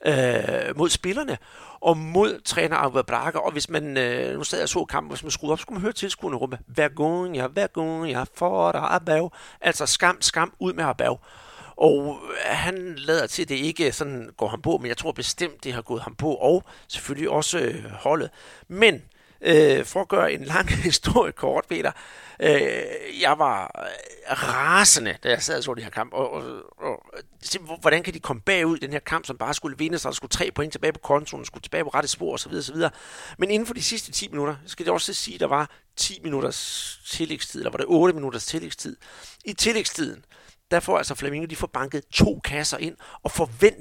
Øh, mod spillerne og mod træner Abel Braga. Og hvis man øh, nu stadig så kampen, hvis man skruede op, så kunne man høre tilskuerne råbe Vergonha, Vergonha, fora Abel, altså skam, skam, ud med Abel. Og han lader til, at det ikke sådan går ham på, men jeg tror bestemt, det har gået ham på, og selvfølgelig også øh, holdet. Men øh, for at gøre en lang historie kort, Peter, øh, jeg var rasende, da jeg sad og så den her kamp, og, og, og hvordan kan de komme bagud i den her kamp, som bare skulle vinde, så der skulle tre point tilbage på kontoen, skulle tilbage på rette spor osv. osv. Men inden for de sidste ti minutter, skal det også sige, at der var ti minutters tillægstid, eller var det otte minutters tillægstid. I tillægstiden, der får altså Flamengo, de får banket to kasser ind, og får vendt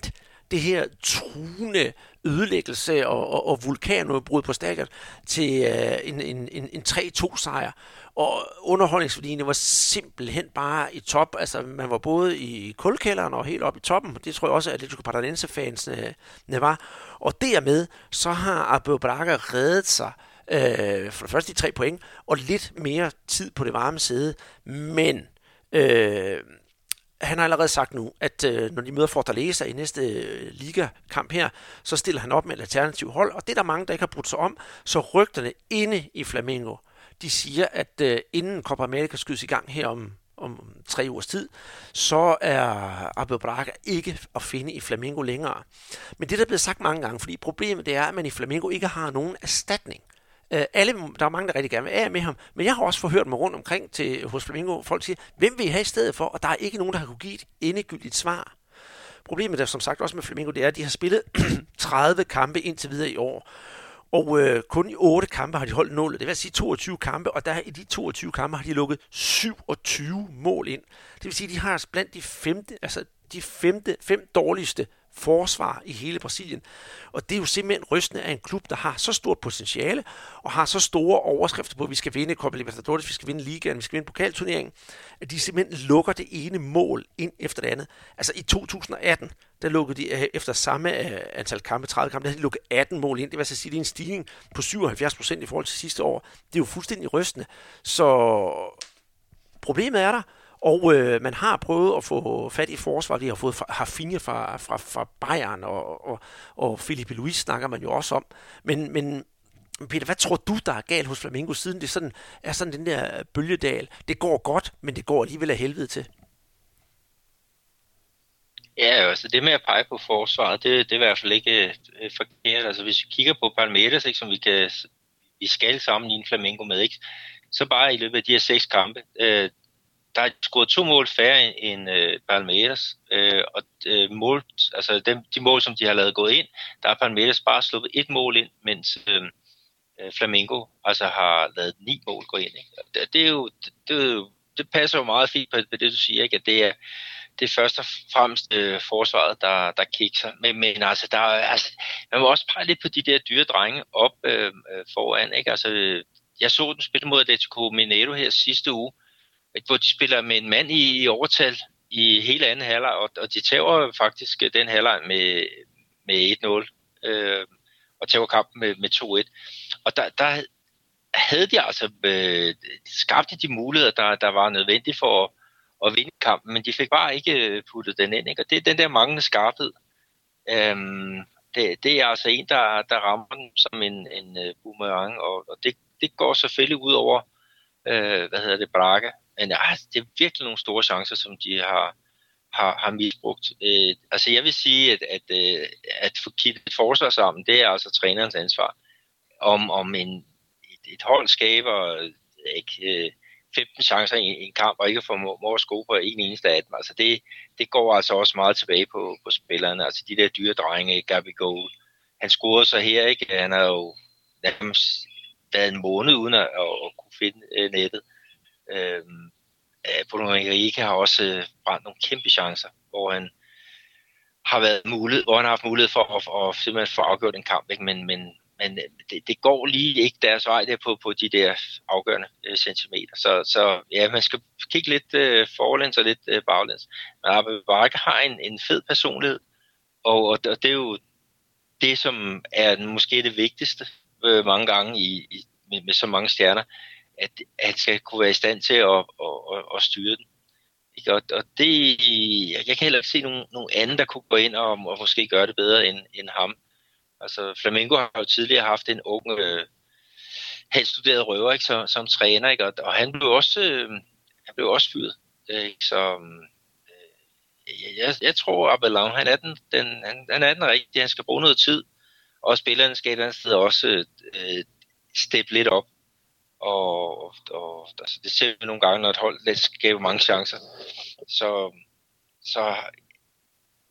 det her truende ødelæggelse og, og, og vulkanudbrud på stadion til øh, en, en, en, en tre to sejr. Og underholdningsværdien var simpelthen bare i top. Altså, man var både i kulkælderen og helt oppe i toppen. Det tror jeg også, at Atletico Paranaense-fansene var. Og dermed, så har Abel Braga reddet sig øh, for det første de tre point, og lidt mere tid på det varme sæde. Men øh, han har allerede sagt nu, at øh, når de møder Fortaleza i næste øh, ligakamp her, så stiller han op med et alternativt hold. Og det er der mange, der ikke har brudt sig om. Så rygterne inde i Flamengo, de siger, at øh, inden Copa America skydes i gang her om, om tre ugers tid, så er Abel Braga ikke at finde i Flamengo længere. Men det der er blevet sagt mange gange, fordi problemet det er, at man i Flamengo ikke har nogen erstatning. Uh, alle, der er mange, der rigtig gerne vil af med ham, men jeg har også forhørt mig rundt omkring til, hos Flamengo. Folk siger, hvem vil I have i stedet for? Og der er ikke nogen, der har kunne give et endegyldigt svar. Problemet er som sagt også med Flamengo, det er, at de har spillet tredive kampe indtil videre i år. Og øh, kun i otte kampe har de holdt nullet. Det vil sige toogtyve kampe, og der i de toogtyve kampe har de lukket syvogtyve mål ind. Det vil sige, at de har blandt de femte, altså de femte, fem dårligste forsvar i hele Brasilien. Og det er jo simpelthen rystende af en klub, der har så stort potentiale, og har så store overskrifter på, at vi skal vinde Copa Libertadores, vi skal vinde ligaen, vi skal vinde pokalturneringen, at de simpelthen lukker det ene mål ind efter det andet. Altså i to tusind atten, der lukkede de efter samme antal kampe, tredive kampe, der havde de lukket atten mål ind. Det vil altså sige, det er en stigning på syvoghalvfjerds procent i forhold til sidste år. Det er jo fuldstændig rystende. Så problemet er der. Og øh, man har prøvet at få fat i forsvar. De har fået Rafinha fra, fra, fra Bayern, og, og, og Felipe Luis snakker man jo også om. Men, men Peter, hvad tror du, der er galt hos Flamengo, siden det sådan, er sådan den der bølgedal? Det går godt, men det går alligevel af helvede til. Ja, altså det med at pege på forsvaret, det, det er i hvert fald ikke øh, forkert. Altså hvis vi kigger på Palmeiras, ikke, som vi, kan, vi skal sammenligne Flamengo med, ikke, så bare i løbet af de her seks kampe, øh, der er scoret to mål færre end øh, Palmeiras, øh, og øh, mål, altså dem, de mål, som de har lavet gået ind, der har Palmeiras bare sluppet et mål ind, mens øh, Flamengo altså har lavet ni mål gå ind. Ikke? Det, det, er jo, det, det, er jo, det passer jo meget fint på, på det, du siger, ikke? At det er, det er først og fremmest øh, forsvaret, der, der kikser. Men, men altså, der, altså, man må også pege lidt på de der dyre drenge op øh, foran. Ikke? Altså, jeg så dem spille mod Atletico Mineiro her sidste uge, hvor de spiller med en mand i, i overtal i hele anden halvleg, og, og de tager faktisk den halvleg med, med et nul, øh, og tager kampen med, med to et. Og der, der havde de altså øh, skabt de muligheder, der, der var nødvendige for at, at vinde kampen, men de fik bare ikke puttet den ind. Ikke? Og det er den der manglende skarphed. Øhm, det, det er altså en, der, der rammer den som en, en boomerang, og, og det, det går selvfølgelig ud over, øh, hvad hedder det, Braga. Men altså, det er virkelig nogle store chancer, som de har, har, har misbrugt. Øh, altså jeg vil sige, at, at, at få kittet et forsvar sammen, det er altså trænerens ansvar. Om, om en, et, et hold skaber ikke, femten chancer i en kamp, og ikke får må at score på en eneste af dem. Altså det, det går altså også meget tilbage på, på spillerne. Altså de der dyre drenge, Gabigol, han scorede så her, ikke? Han har jo nærmest været en måned uden at, at, at kunne finde nettet. Øhm, Bruno Henrique har også øh, brændt nogle kæmpe chancer, hvor han har været mulighed, hvor han har haft mulighed for at, at simpelthen få afgjort en kamp, ikke? men men men det, det går lige ikke deres vej der på på de der afgørende øh, centimeter. Så så ja, man skal kigge lidt øh, forlæns og lidt øh, baglæns. Men Abel Braga har en en fed personlighed, og, og det er jo det, som er måske det vigtigste øh, mange gange i, i med, med så mange stjerner, at han skal kunne være i stand til at, at, at, at styre den. Ikke? Og, og det, jeg kan heller ikke se nogen, nogen anden, der kunne gå ind og, og måske gøre det bedre end, end ham. Altså Flamengo har jo tidligere haft en ung, øh, halvstuderet røver, ikke? Så, som træner, ikke? Og, og han blev også, øh, han blev også fyret. Øh, så øh, jeg, jeg tror, Abelão, han er den, den, han, han er den rigtige. Han skal bruge noget tid, og spillerne skal et eller andet sted også øh, steppe lidt op. Og, og altså, det ser vi nogle gange, når et hold skaber mange chancer, så, så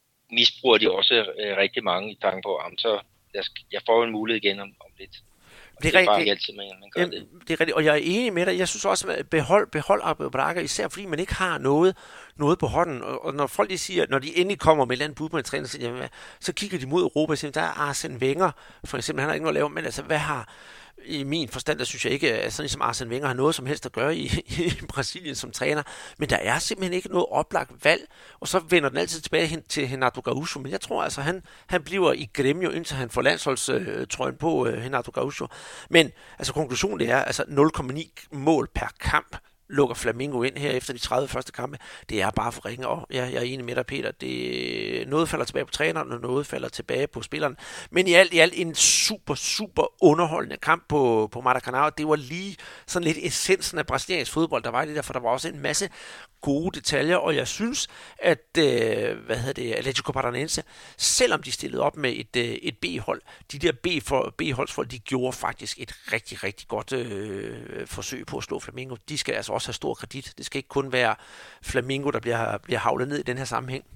misbruger de også øh, rigtig mange i tanke på ham. Så jeg, jeg får en mulighed igen om, om lidt. Det er, det er bare ikke altid, man, man gør jamen, det. Det er rigtigt, og jeg er enig med dig. Jeg synes også, at behold, behold Abu Bakr, især fordi man ikke har noget, noget på hånden. Og, og når folk lige siger, når de endelig kommer med et eller andet bud på en træner, så, jamen, så kigger de mod Europa og siger, der er Arsene Wenger, for eksempel, han har ikke noget at lave, men altså, hvad har... I min forstand, der synes jeg ikke, at sådan ligesom Arsene Wenger har noget som helst at gøre i, i Brasilien som træner, men der er simpelthen ikke noget oplagt valg, og så vender den altid tilbage hen til Renato Gaúcho, men jeg tror altså, han, han bliver i Grêmio, indtil han får landsholdstrøjen på, uh, Renato Gaúcho. Men altså konklusionen det er, altså nul komma ni mål per kamp lukker Flamengo ind her efter de tredive første kampe. Det er bare for ringe, og ja, jeg er enig med dig, Peter. Det, noget falder tilbage på træneren, og noget falder tilbage på spilleren. Men i alt i alt en super, super underholdende kamp på, på Maracanã. Det var lige sådan lidt essensen af brasiliansk fodbold, der var i det der, for der var også en masse gode detaljer, og jeg synes, at øh, hvad hedder det, Atlético Paranaense, selvom de stillede op med et, øh, et B-hold, de der B for, B-holdsfolk, de gjorde faktisk et rigtig, rigtig godt øh, forsøg på at slå Flamengo. De skal altså også have stor kredit. Det skal ikke kun være Flamengo, der bliver, bliver havlet ned i den her sammenhæng.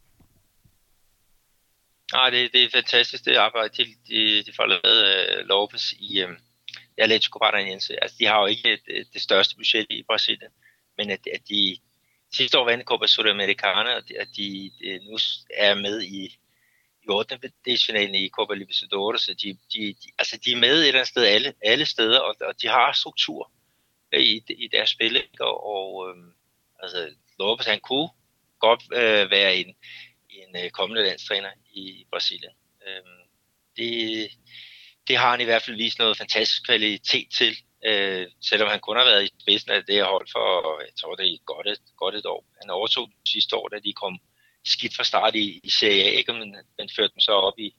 Nej, det, det er fantastisk, det arbejde, de, de, de får lavet uh, Lopez i um, Atlético Paranaense. Altså, de har jo ikke det, det største budget i Brasilien, men at, at de sidste år vandt Copa Sudamericana, at de, at de, de nu er med i, i ottende-finalen i Copa Libertadores, så de, de, de, altså, de er med et eller andet sted alle, alle steder, og, og de har struktur i, i deres spil, og, og øhm, altså, Lopez, han kunne godt øh, være en, en øh, kommende landstræner i Brasilien. Øhm, det, det har han i hvert fald vist noget fantastisk kvalitet til, øh, selvom han kun har været i spidsen af det her hold for, jeg tror det er et godt et, godt et år. Han overtog sidste år, da de kom skidt fra start i, i Serie A, ikke? Men, men førte dem så op i,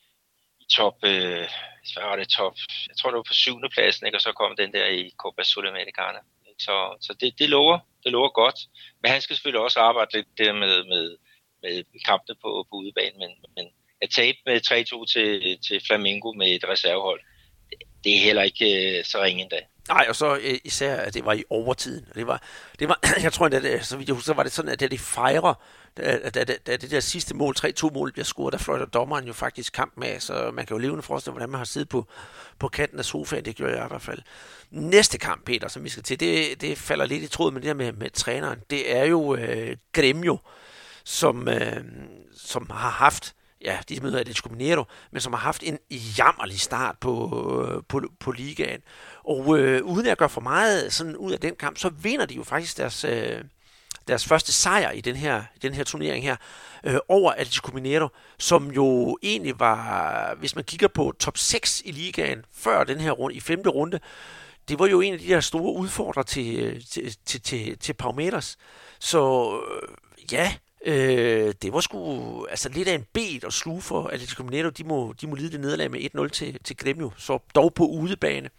i top, øh, hvad var det, top, jeg tror det var på syvende pladsen, ikke? Og så kom den der i Copa Sudamericana. Så, så det, det, lover, det lover godt. Men han skal selvfølgelig også arbejde lidt der med, med, med kampene på, på udebanen, men, men at tabe med tre to til, til Flamengo med et reservehold, det, det er heller ikke øh, så ringe endda. Nej, og så øh, især, at det var i overtiden. Det var, det var, jeg tror, at det, så vidt jeg husker, så var det sådan, at da de fejrer, da, da, da, da det der sidste mål, tre to mål bliver scoret, der fløjter dommeren jo faktisk kamp med, så man kan jo levende forestille, hvordan man har siddet på, på kanten af sofaen, det gjorde jeg i hvert fald. Næste kamp, Peter, som vi skal til, det, det falder lidt i tråd med det der med, med træneren. Det er jo øh, Grêmio, som, øh, som har haft, ja, de møder Atlético Mineiro, men som har haft en jammerlig start på, på, på ligaen. Og øh, uden at gøre for meget sådan ud af den kamp, så vinder de jo faktisk deres, øh, deres første sejr i den her, den her turnering her, øh, over Atlético Mineiro, som jo egentlig var, hvis man kigger på top seks i ligaen, før den her runde, i femte runde, det var jo en af de her store udfordrere til, til, til, til, til Palmeiras. Så øh, ja, Øh, det var sgu altså lidt af en bed at sluge for Atlético Mineiro. De må, de må lide det nederlag med et nul til, til Grêmio, så dog på udebane.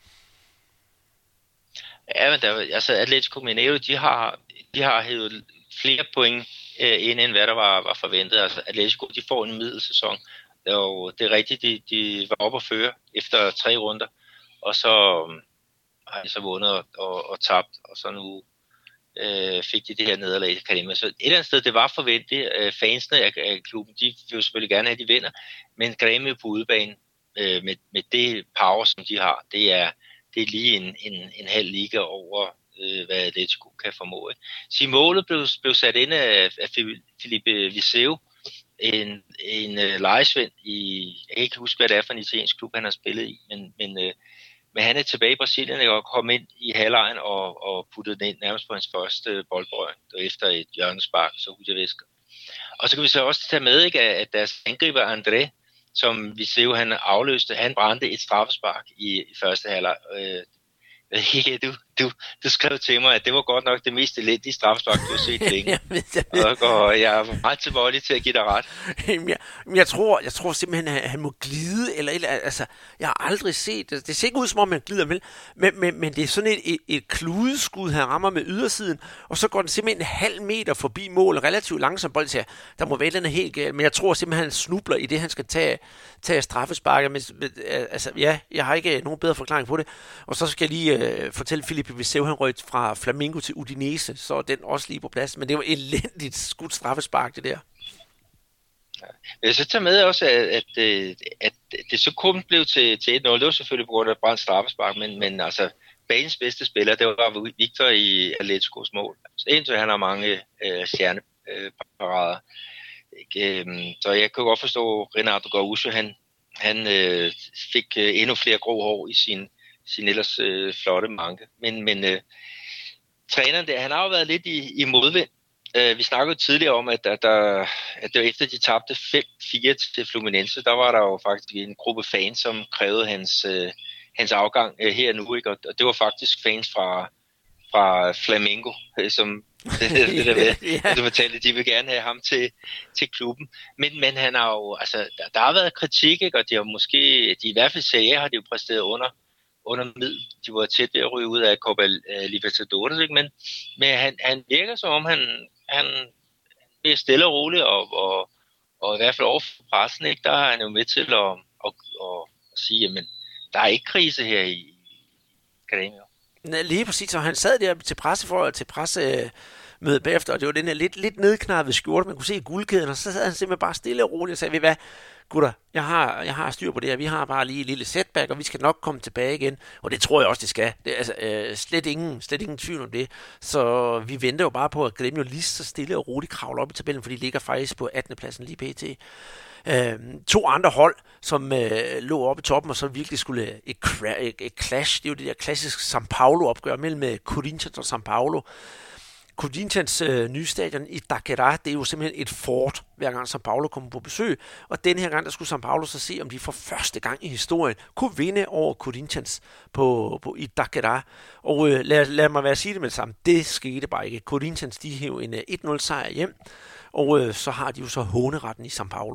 Ja, men der, altså Atlético Mineiro, de har, de har hævet flere point øh, ind, end hvad der var, var forventet. Altså Atlético, de får en middelsæson, og det er rigtigt, de, de var oppe at føre efter tre runder, og så øh, har de så vundet og, og, og tabt, og så nu Øh, fik de det her nederlag i Grêmio. Så et eller andet sted, det var forventeligt. Øh, fansene af, af klubben, de vil jo selvfølgelig gerne have, at de vinder, men Grêmio på udebane, øh, med, med det power, som de har, det er, det er lige en, en, en halv liga over, øh, hvad Atlético kan formå. Så målet blev, blev sat ind af, af Felipe Viseu, en, en uh, lejesvend i, jeg kan ikke huske, hvad det er for en italiensk klub, han har spillet i, men, men øh, Men han er tilbage i Brasilien og kom ind i halvlejen og, og puttede den ind nærmest på hans første boldbrøg efter et hjørnespark, så hurtigt væsker. Og så kan vi så også tage med, ikke, at deres angriber André, som vi ser, han afløste, han brændte et straffespark i, i første halvleg. Øh, du, du, du skrev til mig, at det var godt nok det mest elendige straffespark, du har set længe. og, og jeg er meget tilbøjelig til at give dig ret. jeg, jeg, tror, jeg tror simpelthen, at han må glide, eller, eller altså, jeg har aldrig set det. Det ser ikke ud, som om han glider, vel? Men, men, men det er sådan et, et, et kludeskud, han rammer med ydersiden, og så går den simpelthen en halv meter forbi mål, relativt langsomt bold til, der må være noget helt galt, men jeg tror simpelthen, han snubler i det, han skal tage, tage straffesparket. Men, altså, ja, jeg har ikke nogen bedre forklaring på det. Og så skal jeg lige øh, fortælle Felipe Viseu, han røg fra Flamengo til Udinese, så er den også lige på plads. Men det var elendigt skudt straffespark, det der. Ja. Jeg så tager med også, at, at, at det, det så kun blev til, til et nul. Det var selvfølgelig på grund af Brands straffespark, men, men altså, banens bedste spiller, det var Victor i Atleticos mål. Så indtil han har mange øh, stjerneparader. Øh, så jeg kan godt forstå, at Renato Gaúcho, han, han øh, fik øh, endnu flere grå hår i sin, sin ellers øh, flotte manke. Men, men øh, træneren der, han har jo været lidt i, i modvind. Uh, vi snakkede tidligere om, at, at, der, at det var efter de tabte fem fire til Fluminense, der var der jo faktisk en gruppe fans, som krævede hans, uh, hans afgang uh, her nu, ikke? Og det var faktisk fans fra, fra Flamengo, uh, som det, det der ved, yeah. du fortalte, de vil gerne have ham til, til klubben. Men, men han har jo, altså, der, der har været kritik, ikke? Og de har måske, de i hvert fald serier har de jo præsteret under, under middel. De var tæt ved at ryge ud af Copa Libertadores, ikke? Men, men han, han virker som om, han Han bliver stille og rolig, og, og, og i hvert fald over for pressen, ikke, der er han jo med til at, at, at, at sige, at der er ikke krise her i Grêmio. Lige præcis, og han sad der til presseforhold, til pressemødet bagefter, og det var den her lidt, lidt nedknappede skjorte, man kunne se i guldkæden, og så sad han simpelthen bare stille og roligt og sagde, ved hvad, gutter, jeg har, jeg har styr på det her, vi har bare lige et lille setback, og vi skal nok komme tilbage igen, og det tror jeg også, det skal. Det er altså øh, slet, ingen, slet ingen tvivl om det, så vi venter jo bare på, at Grêmio lige så stille og roligt kravler op i tabellen, for de ligger faktisk på attende pladsen lige pt. Øh, to andre hold, som øh, lå oppe i toppen, og så virkelig skulle et, et, et clash, det er jo det der klassiske São Paulo-opgør mellem Corinthians og São Paulo. Corinthians øh, nye stadion i Itaquera, det er jo simpelthen et fort, hver gang São Paulo kommer på besøg, og denne her gang, der skulle São Paulo så se, om de for første gang i historien kunne vinde over Corinthians på, på Itaquera. Og øh, lad, lad mig være sige det med det samme, det skete bare ikke. Corinthians, de hævde en øh, et nul sejr hjem, og øh, så har de jo så håneretten i São Paulo.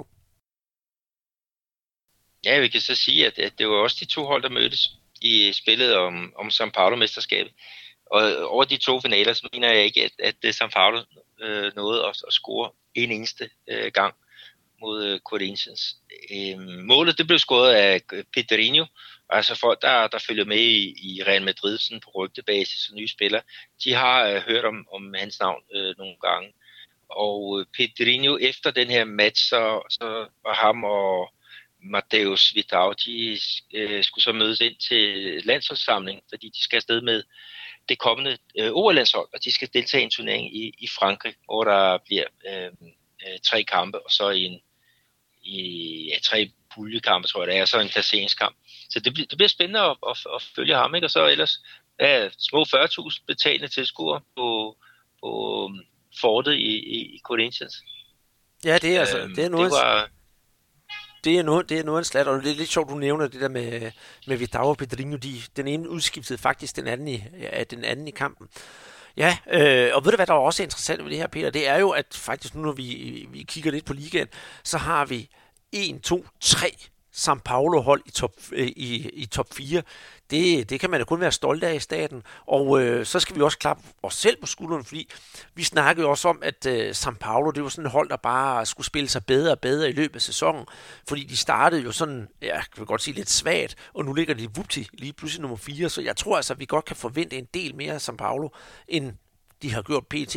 Ja, vi kan så sige, at, at det var også de to hold, der mødtes i spillet om, om São Paulo-mesterskabet. Og over de to finaler, så mener jeg ikke, at, at São Paulo øh, nåede at, at score en eneste øh, gang mod øh, Corinthians. Øh, målet det blev scoret af Pedrinho, altså folk, der, der følger med i, i Real Madrid sådan på rygtebasis og nye spillere. De har øh, hørt om, om hans navn øh, nogle gange. Og øh, Pedrinho efter den her match, så, så var ham og Mateus Vidal, de øh, skulle så mødes ind til landsholdssamling, fordi de skal afsted med det kommende øh, O L-landshold, og de skal deltage i en turnering i, i Frankrig, hvor der bliver øh, øh, tre kampe, og så i en i, ja, tre puljekampe, tror jeg det er, og så en placeringskamp. Så det, det bliver spændende at, at, at følge ham, ikke? Og så ellers ja, små fyrre tusind betalende tilskuere på, på fortet i, i, i Corinthians. Ja, det er altså, øhm, det er noget... Det var, Det er noget, det er noget af en slat, og det er lidt sjovt, du nævner det der med, med Vidal og Pedrinho. De, den ene udskiftede faktisk den anden i, ja, den anden i kampen. Ja, øh, og ved du hvad, der er også interessant ved det her, Peter? Det er jo, at faktisk nu, når vi, vi kigger lidt på ligaen, så har vi en, to, tre São Paulo-hold i top, øh, i, i top fire. Det, det kan man da kun være stolt af i staten. Og øh, så skal vi også klappe os selv på skulderen, fordi vi snakkede jo også om, at øh, São Paulo, det var sådan et hold, der bare skulle spille sig bedre og bedre i løbet af sæsonen. Fordi de startede jo sådan, ja, kan vi godt sige lidt svagt, og nu ligger de vupti lige pludselig nummer fire. Så jeg tror altså, at vi godt kan forvente en del mere af São Paulo, end de har gjort pt.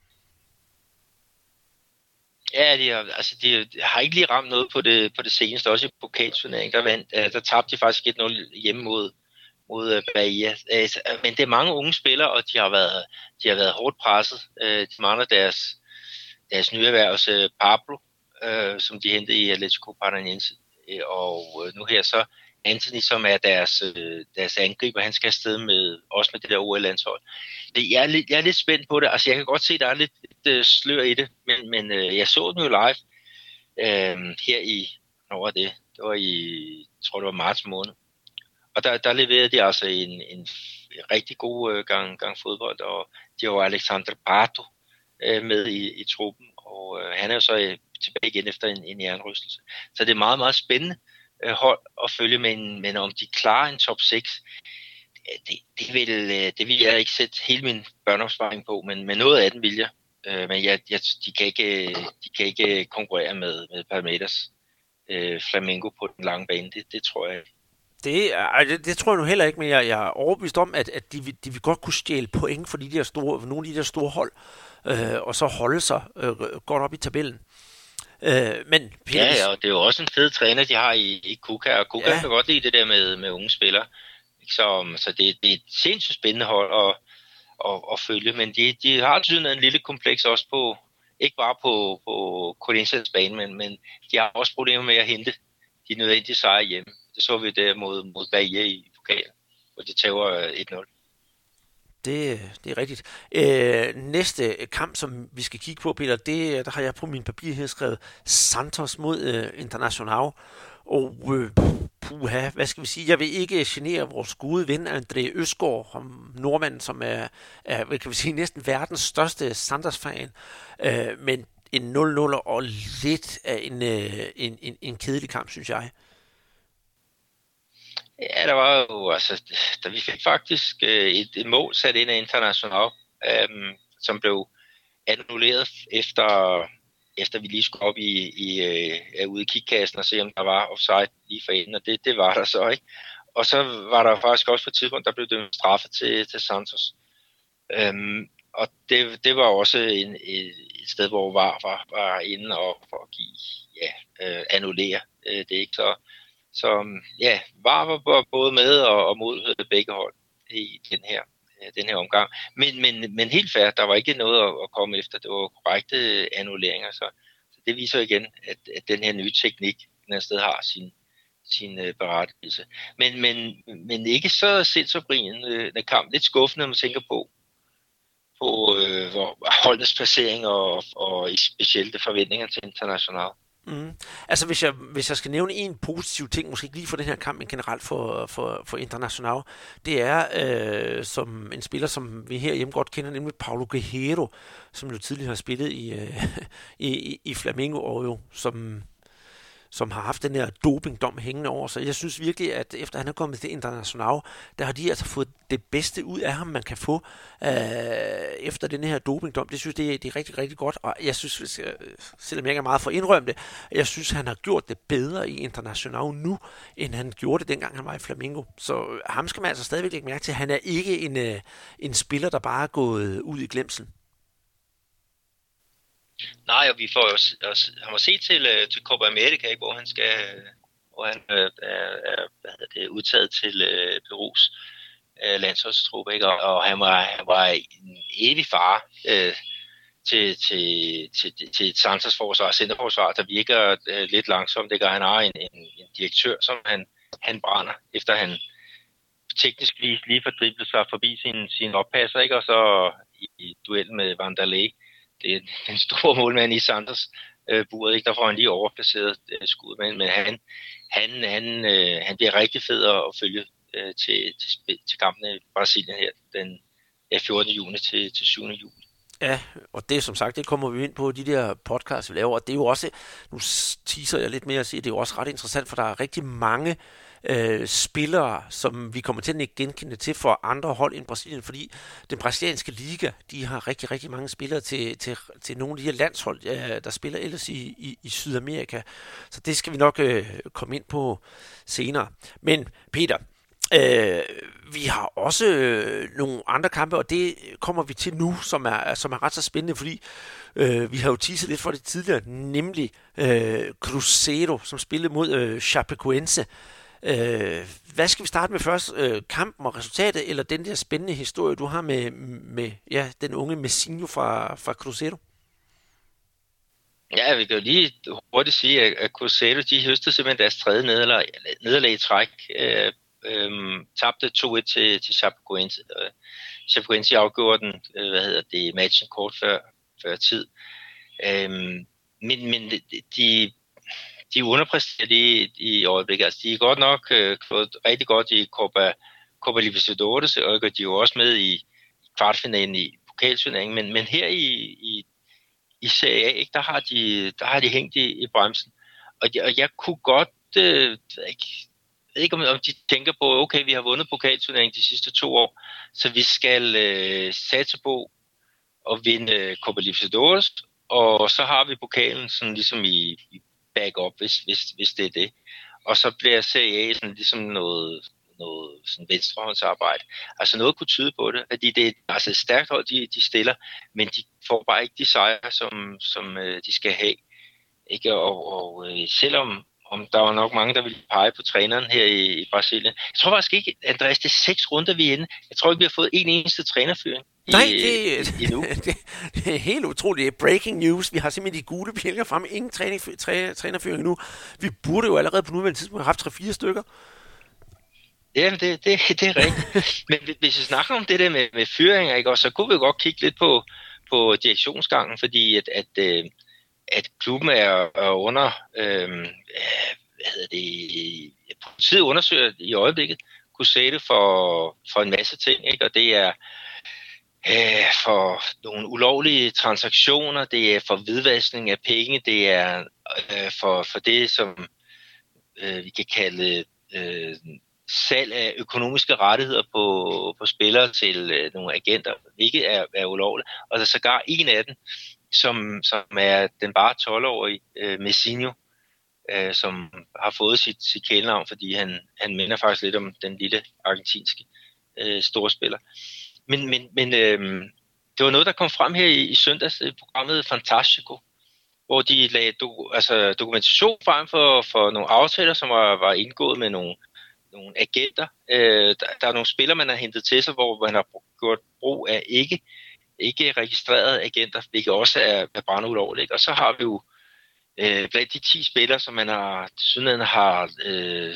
Ja, de har, altså de har ikke lige ramt noget på det, på det seneste, også i pokalturneringen. Der, vandt, der tabte de faktisk et nul hjemme mod, mod Bahia. Men det er mange unge spillere, og de har været, de har været hårdt presset. De mangler deres, deres nye erhvervs Pablo, som de hentede i Atlético Paranaense. Og nu her så Anthony, som er deres, deres angriber, han skal afsted med, også med det der O L-landshold. Jeg er, lidt, jeg er lidt spændt på det. Altså, jeg kan godt se, at der er lidt, lidt slør i det, men, men jeg så den jo live øh, her i, når var det? Det var i, jeg tror det var marts måned. Og der, der leverede de altså en, en rigtig god øh, gang, gang fodbold, og de har jo Alexandre Pato øh, med i, i truppen, og øh, han er jo så øh, tilbage igen efter en, en jernrystelse. Så det er meget, meget spændende øh, hold at følge, men, men om de klarer en top seks, det, det, vil, det vil jeg ikke sætte hele min børneopsparing på, men, men noget af den vil jeg. Øh, men jeg, jeg, de, kan ikke, de kan ikke konkurrere med, med Palmeiras øh, Flamengo på den lange bane, det, det tror jeg. Det, det, det tror jeg nu heller ikke, men jeg, jeg er overbevist om, at, at de, de vil godt kunne stjæle point for de der store, nogle af de der store hold, øh, og så holde sig øh, godt op i tabellen. Øh, men Peter, ja, ja, og det er jo også en fed træner, de har i, i Kuka, og Kuka ja. kan godt lide det der med, med unge spillere. Så, så det, det er et sindssygt spændende hold at, at, at følge, men de, de har tydeligvis en lille kompleks også på, ikke bare på, på Corinthians bane, men, men de har også problemer med at hente de nødvendige sejre hjemme. Det så vi der mod, mod Bahia i pokalen, hvor de tager et nul. Det, det er rigtigt. Øh, næste kamp, som vi skal kigge på, Peter, det, der har jeg på min papir her skrevet Santos mod øh, Internacional. Og øh, puha, hvad skal vi sige? Jeg vil ikke genere vores gode ven, André Østgaard, ham nordmanden, som er, er hvad kan vi sige, næsten verdens største Santos-fan. Øh, men en nul nul og lidt af en, øh, en, en, en kedelig kamp, synes jeg. Ja, der var jo, altså, da vi fik faktisk øh, et, et mål sat ind af International, øh, som blev annulleret efter, efter vi lige skulle op i, i øh, ude i kigkassen og se, om der var offside lige for enden, og det, det var der så ikke. Og så var der faktisk også på et tidspunkt, der blev dømt straffe til, til Santos. Øhm, og det, det var også en, et, et sted, hvor VAR var, var inde og for at give, ja, øh, annullere øh, det, ikke? Så, så ja, VAR var både med og, og mod begge hold i den her, den her omgang. Men, men, men helt fair, der var ikke noget at, at komme efter. Det var korrekte annulleringer, så, så det viser igen, at, at den her nye teknik den her sted har sin, sin uh, berettigelse. Men, men, men ikke så sindsforbrigende uh, kamp. Lidt skuffende, når man tænker på, på øh, hvor holdets placering og, og specielt forventninger til International. Mm. Altså hvis jeg, hvis jeg skal nævne en positiv ting, måske ikke lige for den her kamp, men generelt for, for, for International, det er øh, som en spiller, som vi herhjemme godt kender, nemlig Paulo Guerrero, som jo tidligere har spillet i, øh, i, i Flamengo, og jo som... som har haft den her dopingdom hængende over sig. Jeg synes virkelig, at efter han er kommet til International, der har de altså fået det bedste ud af ham, man kan få øh, efter den her dopingdom. Det synes det, det er rigtig, rigtig godt, og jeg synes, selvom jeg ikke er meget for at indrømme det, jeg synes, han har gjort det bedre i International nu, end han gjorde det, dengang han var i Flamengo. Så ham skal man altså stadigvæk lægge mærke til. Han er ikke en, en spiller, der bare er gået ud i glemslen. Nej, og vi får jo også, han må se til, til Copa America, ikke, hvor han skal, hvor han øh, er, er hvad hedder det, udtaget til øh, Perus øh, landsholdstrup, ikke, og, og han var, han var en evig fare øh, til, til, til, til et Santos forsvar, centerforsvar, der virker øh, lidt langsomt, ikke, og han har en, en, en direktør, som han, han brænder, efter han teknisk lige, lige fordriblet sig forbi sin, sin oppasser, ikke, og så i, i duel med Vanderlei. Det er den store målmand i Santos øh, buret, ikke? Der får han lige overplaceret øh, skud, men, men han, han, han, øh, han bliver rigtig fed at, at følge øh, til, til, til kampen i Brasilien her den ja, fjortende juni til, til syvende juli. Ja, og det som sagt, det kommer vi ind på de der podcasts, vi laver, og det er jo også, nu teaser jeg lidt mere at sige, det er jo også ret interessant, for der er rigtig mange øh, spillere, som vi kommer til at genkende til for andre hold end Brasilien, fordi den brasilianske liga, de har rigtig, rigtig mange spillere til, til, til nogle af de her landshold, øh, der spiller ellers i, i, i Sydamerika. Så det skal vi nok øh, komme ind på senere. Men Peter, Øh, vi har også øh, nogle andre kampe, og det kommer vi til nu, som er, som er ret så spændende, fordi øh, vi har jo teaset lidt for det tidligere, nemlig øh, Cruzeiro, som spillede mod øh, Chapecoense. Øh, hvad skal vi starte med først? Øh, kampen og resultatet, eller den der spændende historie, du har med, med ja, den unge Messinho fra, fra Cruzeiro? Ja, vi kan jo lige hurtigt sige, at Cruzeiro, de høstede simpelthen deres tredje nederlag, nederlag i træk. Øh, Øhm, tabte to et til, til Chapecoense. Øh, Chapecoense afgjorde den, øh, hvad hedder det, matchen kort før, før tid. Øhm, men men de, de underpræsterer i, i øjeblikket. Altså, de er godt nok øh, fået rigtig godt i Copa, Copa Libertadores, og de er jo også med i, i kvartfinalen i pokalturneringen, men, men her i, i, i Serie A, ikke, der, har de, der har de hængt i, i bremsen. Og, de, og jeg kunne godt øh, ikke Jeg ved ikke, om de tænker på, okay, vi har vundet pokalturneringen de sidste to år, så vi skal øh, satse på at vinde øh, Copa Libertadores, og så har vi pokalen sådan ligesom i, i backup, hvis, hvis, hvis det er det. Og så bliver Serie A sådan ligesom noget, noget sådan venstrehåndsarbejde. Altså noget kunne tyde på det, fordi det er altså et stærkt hold, de, de stiller, men de får bare ikke de sejre, som, som øh, de skal have. Ikke? Og, og øh, selvom om der var nok mange, der ville pege på træneren her i, i Brasilien. Jeg tror faktisk ikke, Andreas, det er seks runder, vi er inde. Jeg tror ikke, vi har fået en eneste trænerføring. Nej, det, endnu. det, det er helt utroligt. Breaking news. Vi har simpelthen de gule bjælker frem. Ingen træning, træ, trænerføring endnu. Vi burde jo allerede på nuværende tidspunkt have haft tre-fire stykker. Ja, det, det, det er rigtigt. Men hvis vi snakker om det der med, med fyringer, ikke, så kunne vi jo godt kigge lidt på, på direktionsgangen, fordi at, at, at klubben er, er under, øh, hvad hedder det, politiet undersøger i øjeblikket Cruzeiro for, for en masse ting, ikke? Og det er øh, for nogle ulovlige transaktioner, det er for hvidvaskning af penge, det er øh, for, for det, som øh, vi kan kalde øh, salg af økonomiske rettigheder på, på spillere til øh, nogle agenter, hvilket er, er ulovligt. Og der er sågar en af dem, som, som er den bare tolv-årige øh, Messinho, øh, som har fået sit, sit kælenavn, fordi han, han minder faktisk lidt om den lille argentinske øh, storspiller. Men, men, men øh, det var noget, der kom frem her i, i søndags i programmet Fantástico, hvor de lagde do, altså dokumentation frem for, for nogle aftaler, som var, var indgået med nogle, nogle agenter. Øh, der, der er nogle spillere, man har hentet til sig, hvor man har gjort brug af ikke, ikke registrerede agenter, hvilket også er, er brandeulovligt. Og så har vi jo øh, blandt de ti spillere, som man har siden har øh,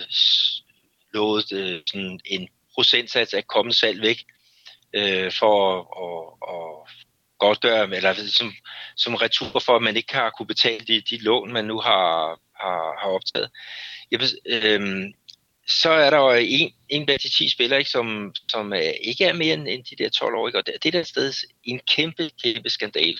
lovet øh, sådan en procentsats af kommende salg væk, øh, for at, at godtgøre, eller som, som retur for, at man ikke har kunne betale de, de lån, man nu har, har, har optaget. Jeg, øh, så er der jo en, en blandt de ti spillere, ikke, som, som øh, ikke er mere end, end de der tolv år, ikke? Og det, det er der stadig en kæmpe, kæmpe skandal.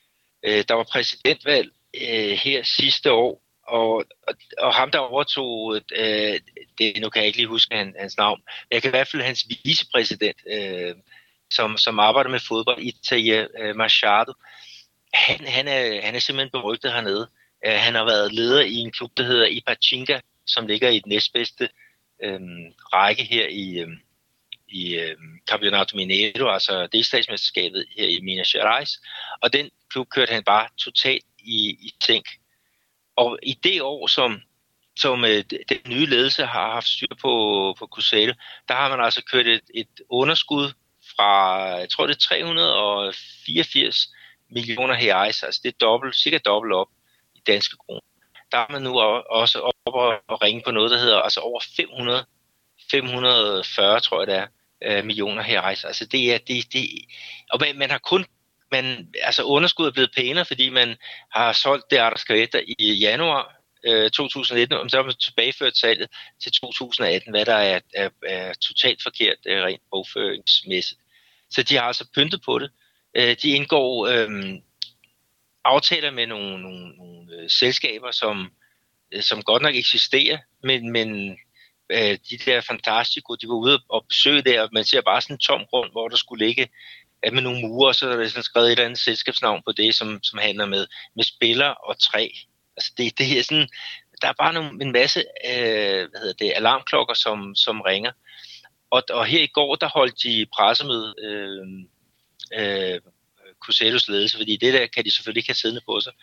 Øh, der var præsidentvalg øh, her sidste år, og, og, og ham der overtog, øh, det, nu kan jeg ikke lige huske han, hans navn, men jeg kan i hvert fald hans vicepræsident, øh, som, som arbejder med fodbold, Itaia øh, Machado, han, han, er, han er simpelthen berygtet hernede. Øh, han har været leder i en klub, der hedder Ipatinga, som ligger i den næstbedste øh, række her i, øh, i øh, Campeonato Mineiro, altså delstatsmesterskabet her i Minas Gerais. Og den klub kørte han bare totalt i, i tænk. Og i det år, som, som øh, den nye ledelse har haft styr på, på Cruzeiro, der har man altså kørt et, et underskud fra, jeg tror det er tre hundrede og fireogfirs millioner reais, altså det er dobbelt, cirka dobbelt op i danske kroner. Der er man nu også oppe og ringe på noget, der hedder altså over fem hundrede, fem hundrede og fyrre, tror jeg det er, øh, millioner reais. Altså det er, det, det, og man, man har kun, man, altså underskuddet er blevet pænere, fordi man har solgt det Arrascaeta i januar øh, to tusind og nitten, og så har man tilbageført salget til to tusind og atten, hvad der er, er, er totalt forkert øh, rent bogføringsmæssigt. Så de har altså pyntet på det. Øh, de indgår øh, aftaler med nogle, nogle, nogle øh, selskaber, som, øh, som godt nok eksisterer, men, men øh, de der Fantástico, de var ude og besøge der, og man ser bare sådan en tom grund, hvor der skulle ligge øh, med nogle murer, og så er der sådan skrevet et eller andet selskabsnavn på det, som, som handler med, med spiller og træ. Altså det, det er sådan, der er bare nogle, en masse øh, hvad hedder det, alarmklokker, som, som ringer. Og, og her i går, der holdt de pressemøde, øh, øh, Cruzeiros ledelse, fordi det der kan de selvfølgelig ikke have siddende på sig.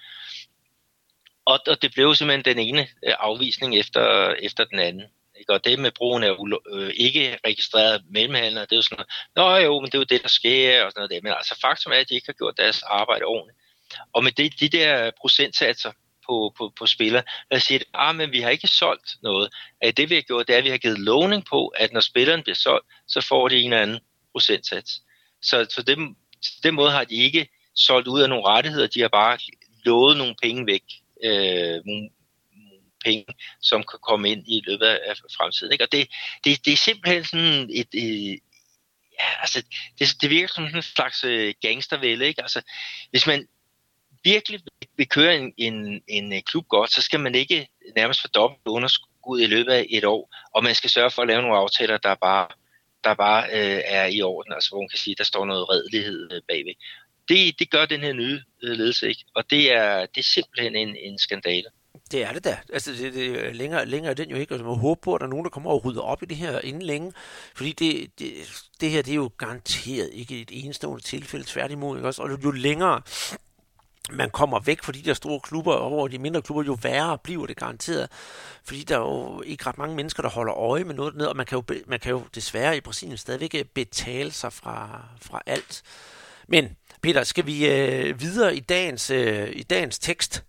Og, og det blev simpelthen den ene afvisning efter, efter den anden. Ikke? Og det med brugen af ulo- øh, ikke registreret mellemhandler, det er jo sådan noget, nå jo, men det er jo det, der sker, og sådan noget der. Men altså faktum er, at de ikke har gjort deres arbejde ordentligt. Og med det, de der procentsatser på, på, på spillere, der siger, at ah, vi har ikke solgt noget. At det vi har gjort, det er, at vi har givet lovning på, at når spilleren bliver solgt, så får de en eller anden procentsats. Så, så det, den måde har de ikke solgt ud af nogle rettigheder, de har bare lovet nogle penge væk, øh, nogle penge, som kan komme ind i løbet af fremtiden. Ikke? Og det, det, det er simpelthen sådan et, et ja, altså, det, det virker som en slags gangstervælde, ikke? Altså, hvis man virkelig vil køre en, en, en klub godt, så skal man ikke nærmest fordoble underskud i løbet af et år, og man skal sørge for at lave nogle aftaler, der bare, der bare øh, er i orden, altså hvor man kan sige, der står noget redelighed bagved. Det, det gør den her nye ledelse ikke, og det er, det er simpelthen en, en skandale. Det er det da. Altså, det, det, længere, længere er den jo ikke. Altså, man håber på, at der er nogen, der kommer og rydder op i det her inden længe. Fordi det, det, det her, det er jo garanteret ikke et enestående tilfælde, tværtimod. Ikke også? Og jo længere man kommer væk fra de der store klubber, og over de mindre klubber, jo værre bliver det garanteret. Fordi der er jo ikke ret mange mennesker, der holder øje med noget dernede, og man kan jo, man kan jo desværre i Brasilien stadigvæk betale sig fra, fra alt. Men Peter, skal vi øh, videre i dagens, øh, i dagens tekst?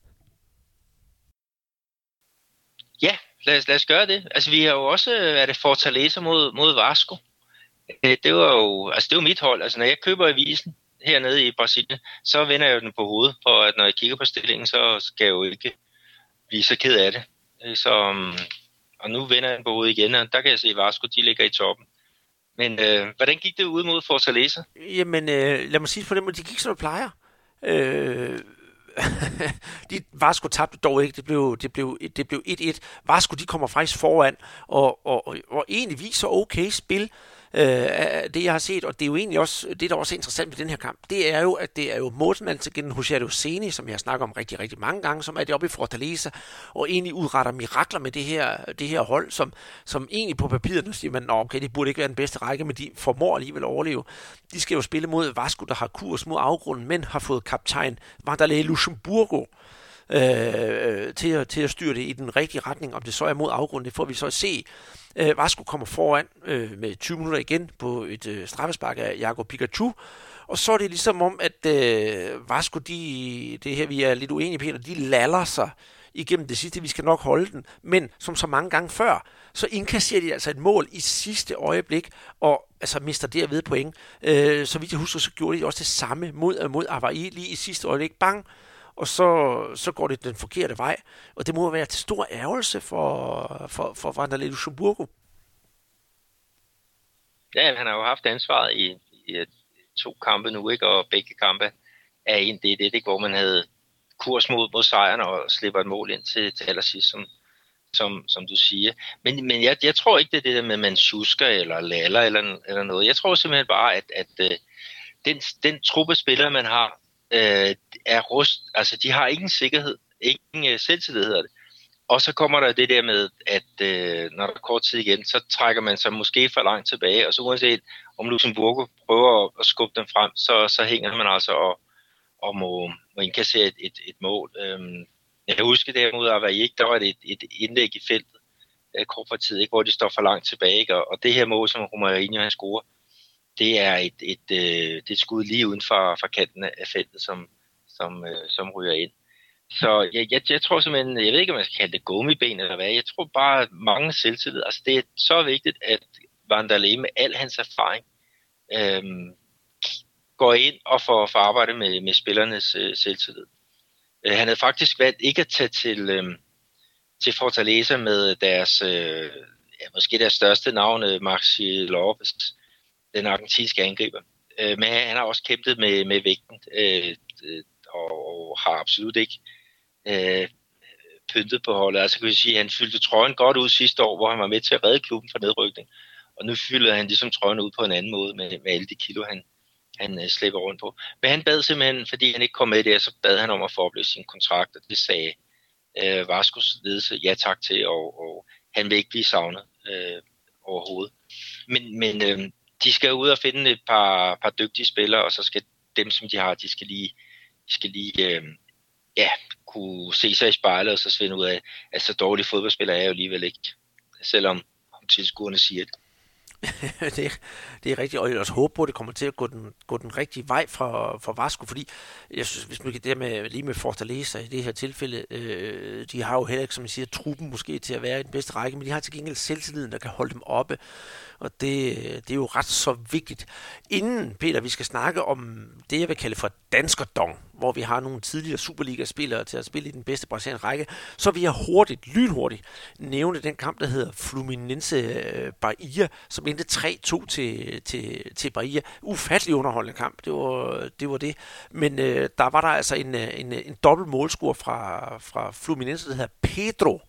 Ja, lad os, lad os gøre det. Altså vi har jo også, er det Fortaleza mod, mod Vasco. Det var jo, altså det er jo mit hold. Altså når jeg køber avisen hernede i Brasilien, så vender jeg den på hovedet, for at når jeg kigger på stillingen, så skal jeg jo ikke blive så ked af det. Så, og nu vender jeg den på hovedet igen, og der kan jeg se, at Vasco, de ligger i toppen. Men øh, hvordan gik det ud mod Fortaleza? Jamen, øh, lad mig sige på den måde, de gik som det plejer. Øh, de, Vasco tabte dog ikke, det blev, det blev, det blev et et. Vasco, de kommer faktisk foran, og, og, og, og egentlig viser okay spil. Øh, det jeg har set, og det er jo egentlig også det der også er interessant ved den her kamp, det er jo at det er jo målmanden Rogério Ceni, som jeg har snakket om rigtig rigtig mange gange, som er det oppe i Fortaleza og egentlig udretter mirakler med det her det her hold, som som egentlig på papiret nu siger man, nå okay, det burde ikke være den bedste række, men de formår alligevel at overleve. De skal jo spille mod Vasco, der har kurs mod afgrunden, men har fået kaptajn Vanderlei Luxemburgo Øh, til, at, til at styre det i den rigtige retning. Om det så er mod afgrunden, det får vi så at se. Øh, Vasco kommer foran øh, med tyve minutter igen på et øh, straffespark af Jago Pikachu, og så er det ligesom om, at øh, Vasco, de, det her vi er lidt uenige, Peter, de laller sig igennem det sidste, vi skal nok holde den, men som så mange gange før, så indkasserer de altså et mål i sidste øjeblik, og altså mister derved point. Øh, så vidt jeg husker, så gjorde de også det samme mod, mod Avaí lige i sidste øjeblik. Bang! Og så, så går det den forkerte vej. Og det må være til stor ærgelse for, for, for Vanderlei Luxemburgo. Ja, han har jo haft ansvaret i, i to kampe nu, ikke? Og begge kampe er en det, det ikke? Hvor man havde kurs mod, mod sejren og slipper et mål ind til, til allersidst, som, som, som du siger. Men, men jeg, jeg tror ikke, det er det der med, man tjusker eller laller eller, eller noget. Jeg tror simpelthen bare, at, at, at den, den truppe spillere, man har, Øh, er rust, altså de har ingen sikkerhed, ingen uh, selvtillid hedder det. Og så kommer der det der med, at øh, når der er kort tid igen, så trækker man sig måske for langt tilbage, og så uanset om Luxemburgo prøver at, at skubbe dem frem, så, så hænger man altså og, og må, må indkassere et, et, et mål. Øhm, jeg husker det her mod Avaí, der var det et, et indlæg i feltet øh, kort for tid, ikke, hvor de står for langt tilbage, ikke? Og, og det her mål, som Romarinho han scorer, det er et, et, øh, det er et skud lige uden for, for kanten af feltet, som, som, øh, som ryger ind. Så jeg, jeg, jeg tror simpelthen, jeg ved ikke, om man skal kalde det gummiben eller hvad, jeg tror bare, at mange selvtillid, altså det er så vigtigt, at Vanderlei med al hans erfaring øh, går ind og får, får arbejdet med, med spillernes øh, selvtillid. Øh, han havde faktisk valgt ikke at tage til, øh, til Fortaleza med deres, øh, ja, måske deres største navn, øh, Maxi Lopez, den argentinske angriber. Øh, men han har også kæmpet med, med vægten, øh, og, og har absolut ikke øh, pyntet på holdet. Altså kan vi sige, at han fyldte trøjen godt ud sidste år, hvor han var med til at redde klubben fra nedrykning. Og nu fylder han ligesom trøjen ud på en anden måde med, med alle de kilo, han, han øh, slæber rundt på. Men han bad simpelthen, fordi han ikke kom med der, så bad han om at få opløst sin kontrakt, og det sagde øh, Vascos ledelse ja tak til, og, og han vil ikke blive savnet øh, overhovedet. Men, men øh, de skal ud og finde et par, par dygtige spillere, og så skal dem, som de har, de skal lige, de skal lige øh, ja, kunne se sig i spejlet, og så finde ud af, at så dårlige fodboldspillere er jo alligevel ikke, selvom om tilskuerne siger det. det, er, det er rigtigt, og jeg også håber på, at det kommer til at gå den, gå den rigtige vej for, for Vasco, fordi jeg synes, hvis man kan det med, lige med Fortaleza i det her tilfælde, øh, de har jo heller ikke, som jeg siger, truppen måske til at være i den bedste række, men de har til gengæld selvtilliden, der kan holde dem oppe, og det, det er jo ret så vigtigt. Inden, Peter, vi skal snakke om det, jeg vil kalde for danskerdong, hvor vi har nogle tidligere Superliga-spillere til at spille i den bedste brasilianske række, så vil jeg hurtigt, lynhurtigt nævne den kamp, der hedder Fluminense Bahia, som endte tre to til, til, til Bahia. Ufattelig underholdende kamp, det var det. Var det. Men øh, der var der altså en, en, en dobbelt målscore fra, fra Fluminense, der hedder Pedro.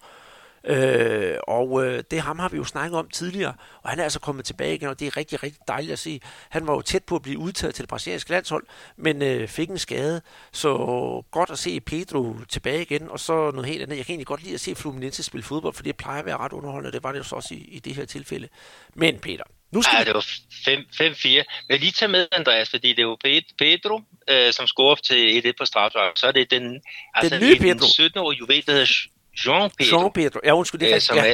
Øh, og øh, det ham har vi jo snakket om tidligere, og han er altså kommet tilbage igen, og det er rigtig, rigtig dejligt at se. Han var jo tæt på at blive udtaget til det brasilianske landshold, men øh, fik en skade, så godt at se Pedro tilbage igen, og så noget helt andet. Jeg kan egentlig godt lide at se Fluminense spille fodbold, for det plejer at være ret underholdende, det var det jo så også i, i det her tilfælde. Men Peter, Nu skal... Ja, det var fem fire. Men lige tage med, Andreas, fordi det er jo Pedro, øh, som scorer til et et på strafspark. Så er det den, altså den nye en Pedro. sytten-årig juvel, der hedder Jean Pedro. Jean Pedro, ja undskyld, det er øh, som, ja. er,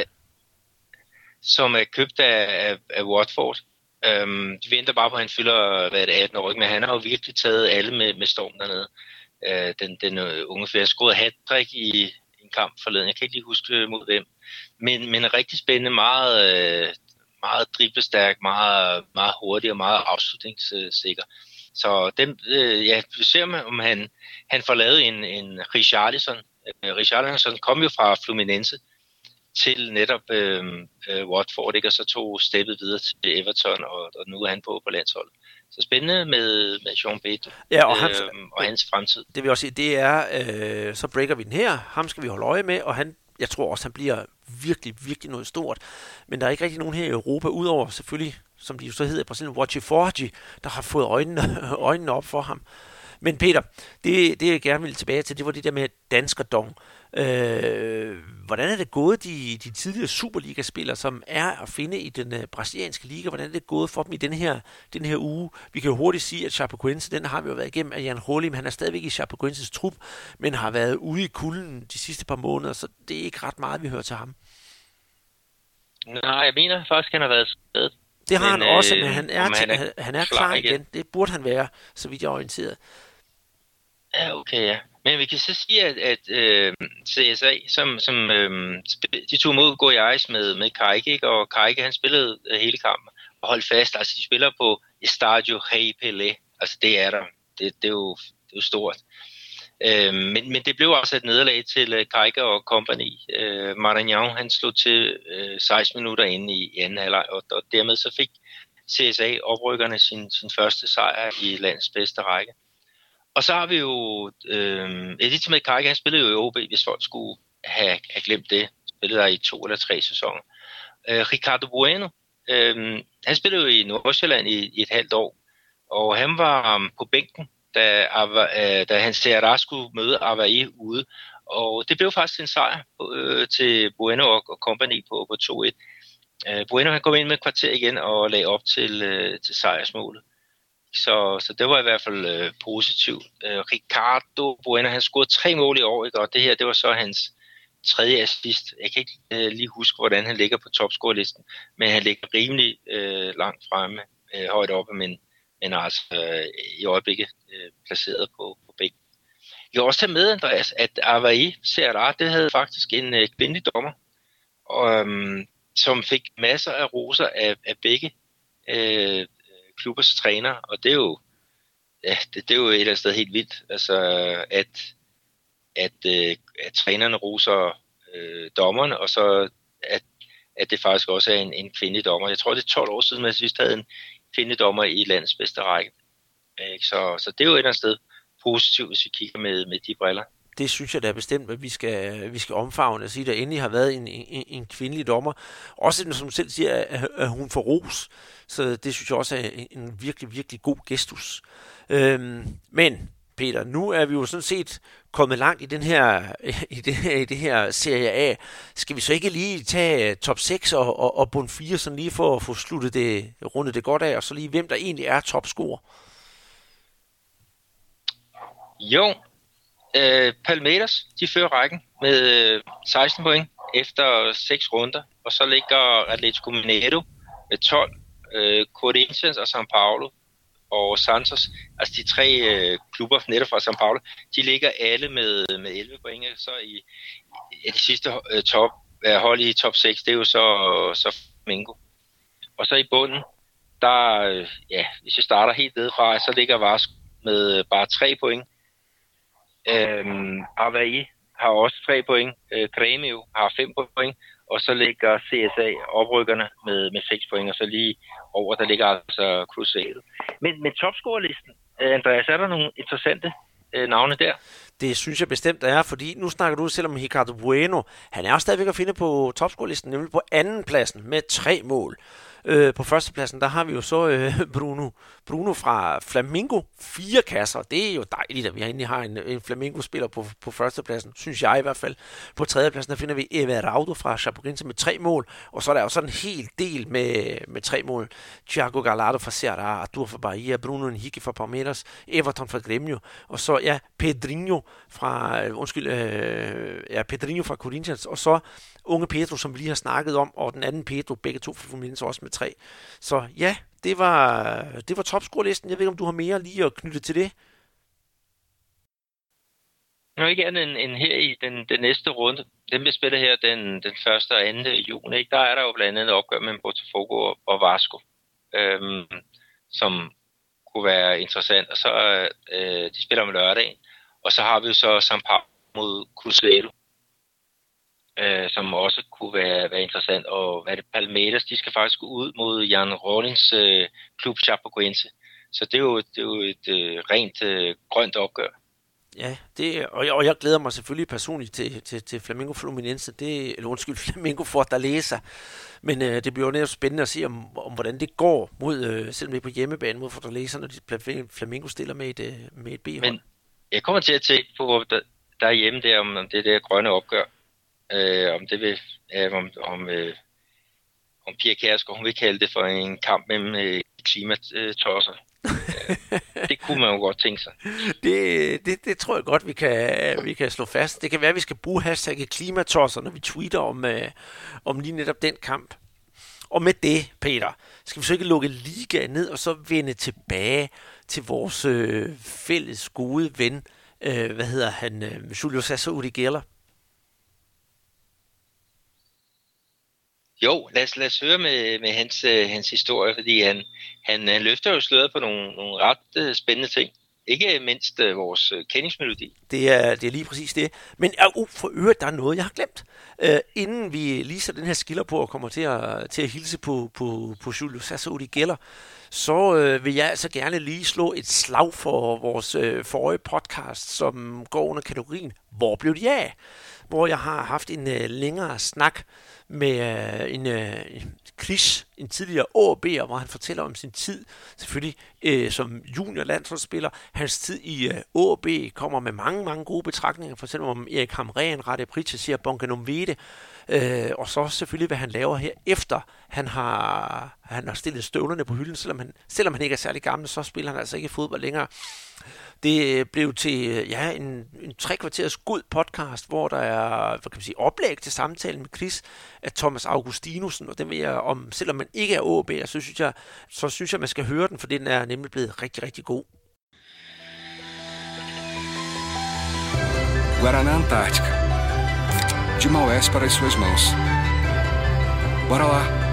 som er købt af, af, af Watford. Um, de venter bare på, at han fylder hvad er det, atten år, men han har jo virkelig taget alle med, med storm dernede. Uh, den, den uh, unge flere scorede hat-trick i en kamp forleden. Jeg kan ikke lige huske mod hvem. Men, men rigtig spændende, meget, uh, meget driblestærk, meget, meget hurtig og meget afslutningssikker. Så dem, uh, ja, vi ser, om han, han får lavet en, en Richarlison. Uh, Richarlison kom jo fra Fluminense til netop øh, øh, Watford, ikke? Og så tog steppet videre til Everton, og, og nu er han på på landsholdet. Så spændende med, med Jean Pedro ja, og, hans, øh, og hans fremtid. Det vil også sige, det er, øh, så breaker vi den her, ham skal vi holde øje med, og han, jeg tror også, han bliver virkelig, virkelig noget stort. Men der er ikke rigtig nogen her i Europa, udover selvfølgelig, som de jo så hedder i Brasilien, Watchy Forgy, der har fået øjnene, øjnene op for ham. Men Peter, det, det jeg gerne ville tilbage til, det var det der med danskerdom. Øh, hvordan er det gået de, de tidligere Superliga-spillere, som er at finde i den uh, brasilianske liga? Hvordan er det gået for dem i den her, den her uge? Vi kan jo hurtigt sige, at Chapecoense, den har vi jo været igennem af Jan Holim. Han er stadigvæk i Chapecoenses trup, men har været ude i kulden de sidste par måneder, så det er ikke ret meget, vi hører til ham. Nej, jeg mener faktisk, han har været skadet. Det har men, han også, øh, men han er, han er, han, han er klar, klar igen. igen. Det burde han være, så vidt jeg er orienteret. Ja, okay, ja. Men vi kan så sige, at, at øh, C S A, som, som øh, de tog mod Goiás med, med Kajke, og Kajke, han spillede øh, hele kampen og holdt fast. Altså, de spiller på Estadio Rei Pelé. Altså, det er der. Det, det, er, jo, det er jo stort. Øh, men, men det blev også et nederlag til øh, Kajke og company. Øh, Maranhão, han slog til øh, seksten minutter inde i, i anden halvleg, og, og dermed så fik C S A oprykkerne sin, sin første sejr i landets bedste række. Og så har vi jo, øh, Edith med Kajke, han spillede jo i O B, hvis folk skulle have, have glemt det. Spillede der i to eller tre sæsoner. Øh, Ricardo Bueno, øh, han spillede jo i Nordsjælland i, i et halvt år, og han var um, på bænken, da, Ava, da han Ceará skulle møde Avaí ude. Og det blev faktisk en sejr øh, til Bueno og, og company på, på to et. Øh, Bueno han kom ind med et kvarter igen og lagde op til, øh, til sejrsmålet. Så, så det var i hvert fald øh, positivt. Øh, Ricardo Bueno, han scorede tre mål i år, ikke? Og det her, det var så hans tredje assist. Jeg kan ikke øh, lige huske, hvordan han ligger på topscorelisten, men han ligger rimelig øh, langt fremme, øh, højt oppe, men, men altså øh, i øjeblikket øh, placeret på, på bænken. Jeg vil også tage med, Andreas, at Avaí Ceará, det havde faktisk en øh, kvindelig dommer, og, øh, som fik masser af roser af, af begge øh, klubbers træner, og det er jo ja, det, det er jo et eller andet sted helt vildt, altså at at, øh, at trænerne roser øh, dommerne, og så at, at det faktisk også er en, en kvindelig dommer. Jeg tror, det er tolv år siden, at vi havde en kvindelig dommer i landets bedste række. Øh, så, så det er jo et eller andet sted positivt, hvis vi kigger med, med de briller. Det synes jeg da bestemt, at vi skal, vi skal omfavne og sige, at der endelig har været en, en, en kvindelig dommer. Også som du selv siger, at, at hun får ros. Så det synes jeg også er en, en virkelig, virkelig god gestus. Øhm, men Peter, nu er vi jo sådan set kommet langt i den her i det her, i det her Serie A. Skal vi så ikke lige tage top seks og, og, og bund fire, sådan lige for at få sluttet det, rundet det godt af, og så lige hvem der egentlig er topscorer? Jo, øh, Palmeiras, de fører rækken med øh, seksten point efter seks runder, og så ligger Atlético Mineiro med tolv, øh, Corinthians og São Paulo og Santos, altså de tre øh, klubber netop fra São Paulo, de ligger alle med, med elleve point, så i, i de sidste øh, top, øh, hold i top seks, det er jo så, så Flamengo. Og så i bunden, der, øh, ja, hvis jeg starter helt nedefra, så ligger Vasco med bare tre point. Øhm, Avaí har også tre point, øh, Grêmio har fem point, og så ligger C S A oprykkerne med, med seks point, og så lige over, der ligger altså Cruzeiro. Men, men topscorerlisten, øh, Andreas, er der nogle interessante øh, navne der? Det synes jeg bestemt er, fordi nu snakker du selv om Ricardo Bueno. Han er jo stadigvæk at finde på topscorerlisten, nemlig på anden pladsen med tre mål. Øh, på førstepladsen, der har vi jo så øh, Bruno, Bruno fra Flamengo. Fire kasser. Det er jo dejligt, at vi egentlig har en, en Flamengo-spiller på, på førstepladsen, synes jeg i hvert fald. På tredjepladsen, der finder vi Everaldo fra Chapecoense med tre mål. Og så er der jo sådan en hel del med, med tre mål. Thiago Gallardo fra Ceará, Arthur fra Bahia, Bruno Henrique fra Palmeiras, Everton fra Grêmio, og så ja, Pedrinho fra, øh, undskyld, øh, ja, Pedrinho fra Corinthians, og så unge Pedro, som vi lige har snakket om, og den anden Pedro, begge to fra Fluminense også med tre. Så ja, det var, det var topscore-listen. Jeg ved ikke, om du har mere lige at knytte til det? Nå, ikke andet end, end her i den, den næste runde. Den bliver spillet her den, den første og anden juni. Ikke? Der er der jo blandt andet opgør mellem Botafogo og, og Vasco, øhm, som kunne være interessant. Og så øh, de spiller om lørdagen. Og så har vi jo så São Paulo mod Cruzeiro, øh, som også kunne være, være interessant. Og hvad er det, Palmeiras, de skal faktisk gå ud mod Jan Rollins øh, klub Chapecoense. Så det er jo, det er jo et øh, rent øh, grønt opgør. Ja, det, og, jeg, og jeg glæder mig selvfølgelig personligt til, til, til Flamengo Fluminense, det, eller undskyld, Flamengo Fortaleza. Men øh, det bliver jo netop spændende at se, om, om hvordan det går, mod, øh, selvom det er på hjemmebane mod Fortaleza, når de Flamengo stiller med et, øh, med et B-hold. Men jeg kommer til at tænke på, der, der er hjemme der, om, om det der grønne opgør. Øh, om det vil, øh, om, om, øh, om Pia Kjærsgaard, hun vil kalde det for en kamp mellem øh, klimatosser. Det kunne man jo godt tænke sig. Det, det, det tror jeg godt, vi kan, vi kan slå fast. Det kan være, at vi skal bruge hashtagget klimatosser, når vi tweeter om, øh, om lige netop den kamp. Og med det, Peter, skal vi så ikke lukke ligaen ned, og så vende tilbage til vores øh, fælles gode ven, øh, hvad hedder han, øh, Julio César Urigeller. Jo, lad os, lad os høre med, med hans, øh, hans historie, fordi han, han, han løfter jo sløret på nogle, nogle ret øh, spændende ting. Ikke mindst øh, vores øh, kendingsmelodi. Det er, det er lige præcis det. Men uh, for øvrigt, der er noget, jeg har glemt. Uh, inden vi lige sætter den her skiller på og kommer til at, til at hilse på, på, på Julio César Urigeller, så uh, vil jeg altså gerne lige slå et slag for vores uh, forrige podcast, som går under kategorien Hvor blev de af? Hvor jeg har haft en uh, længere snak med uh, en uh, Chris, en tidligere A A B'er, hvor han fortæller om sin tid, selvfølgelig uh, som junior-landsholdsspiller. Hans tid i uh, A A B kommer med mange, mange gode betragtninger, for eksempel om Erik Hamrén, Rade Pritchard, Bonkenum Vede, uh, og så selvfølgelig, hvad han laver her efter han har, han har stillet støvlerne på hylden, selvom han, selvom han ikke er særlig gammel, så spiller han altså ikke fodbold længere. Det blev til ja, en, en tre kvarters god podcast, hvor der er hvad kan man sige, oplæg til samtalen med Chris af Thomas Augustinusen, og den vil jeg, om, selvom man ikke er A A B'er, så synes jeg, så synes jeg, man skal høre den, for den er nemlig blevet rigtig, rigtig god. Guaraná Antártica. De Maués para as suas mãos. Bora lá.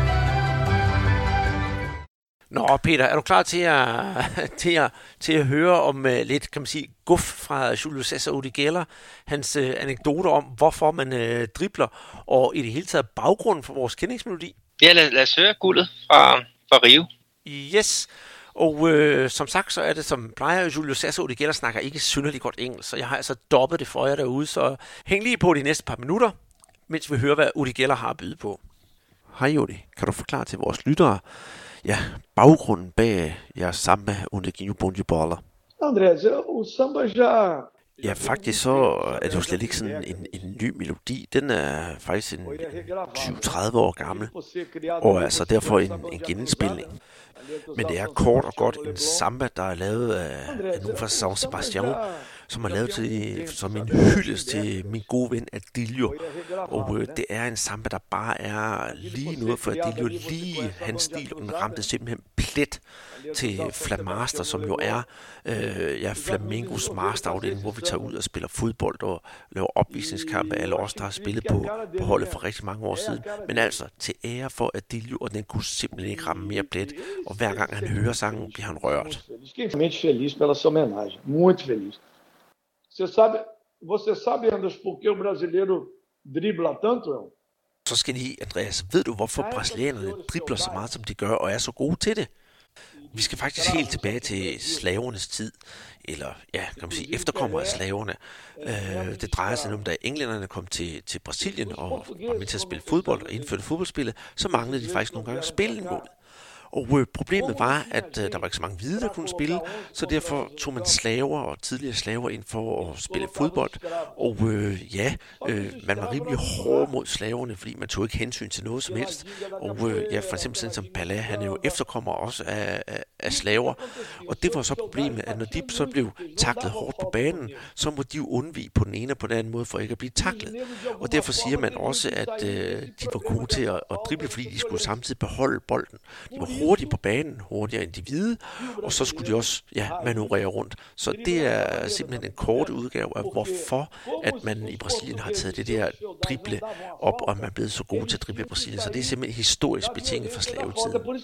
Nå, Peter, er du klar til at, til at, til at høre om uh, lidt, kan man sige, guf fra Julio César Urigeller, hans uh, anekdoter om, hvorfor man uh, dribler, og i det hele taget baggrunden for vores kendingsmelodi? Ja, lad, lad os høre guldet fra, fra Rio. Yes, og øh, som sagt, så er det som plejer, Julio César Urigeller snakker ikke synderligt godt engelsk, så jeg har altså dobbet det for jer derude, så hæng lige på de næste par minutter, mens vi hører, hvad Urigeller har at byde på. Hej Uri, kan du forklare til vores lyttere, ja, baggrunden bag jeres samba under Guinho Bom de Bola? André, o samba já... Ja, faktisk så er det jo slet ikke sådan en, en ny melodi. Den er faktisk en tyve til tredive år gammel, og altså derfor en, en genindspilning. Men det er kort og godt en samba, der er lavet af, af nogen fra São Sebastião, som er lavet til, som en hyldest til min gode ven Adilio. Og øh, det er en samba, der bare er lige noget for Adilio, lige hans stil, og den ramte simpelthen plet til Flamaster, som jo er øh, ja, Flamengos masterafdeling, hvor vi tager ud og spiller fodbold og laver opvisningskampe, alle os, der har spillet på, på holdet for rigtig mange år siden. Men altså, til ære for Adilio, og den kunne simpelthen ikke ramme mere plet, og hver gang han hører sangen, bliver han rørt. Muito feliz pela sua homenagem, muito feliz. Você sabe, você sabe, Anders, por que o brasileiro dribla tanto? Så skal I, Andreas, ved du, hvorfor brasilianerne dribler så meget, som de gør, og er så gode til det? Vi skal faktisk helt tilbage til slavernes tid, eller ja, kan man sige, efterkommere af slaverne. Øh, det drejer sig om, da englænderne kom til, til Brasilien og var med til at spille fodbold og indførte fodboldspillet, så manglede de faktisk nogle gange spille imod. Og øh, problemet var, at øh, der var ikke så mange hvide, der kunne spille, så derfor tog man slaver og tidligere slaver ind for at spille fodbold. Og øh, ja, øh, man var rimelig hård mod slaverne, fordi man tog ikke hensyn til noget som helst. Og øh, ja, for eksempel sådan som Pelé, han er jo efterkommer også af, af, af slaver. Og det var så problemet, at når de så blev taklet hårdt på banen, så må de jo undvige på den ene og på den anden måde for ikke at blive taklet. Og derfor siger man også, at øh, de var gode til at, at drible, fordi de skulle samtidig beholde bolden. De var hurtigt på banen, hurtigere end de hvide, og så skulle de også ja, manøvrere rundt. Så det er simpelthen en kort udgave af, hvorfor at man i Brasilien har taget det der drible op, og man er blevet så god til at drible i Brasilien. Så det er simpelthen historisk betinget for slavetiden.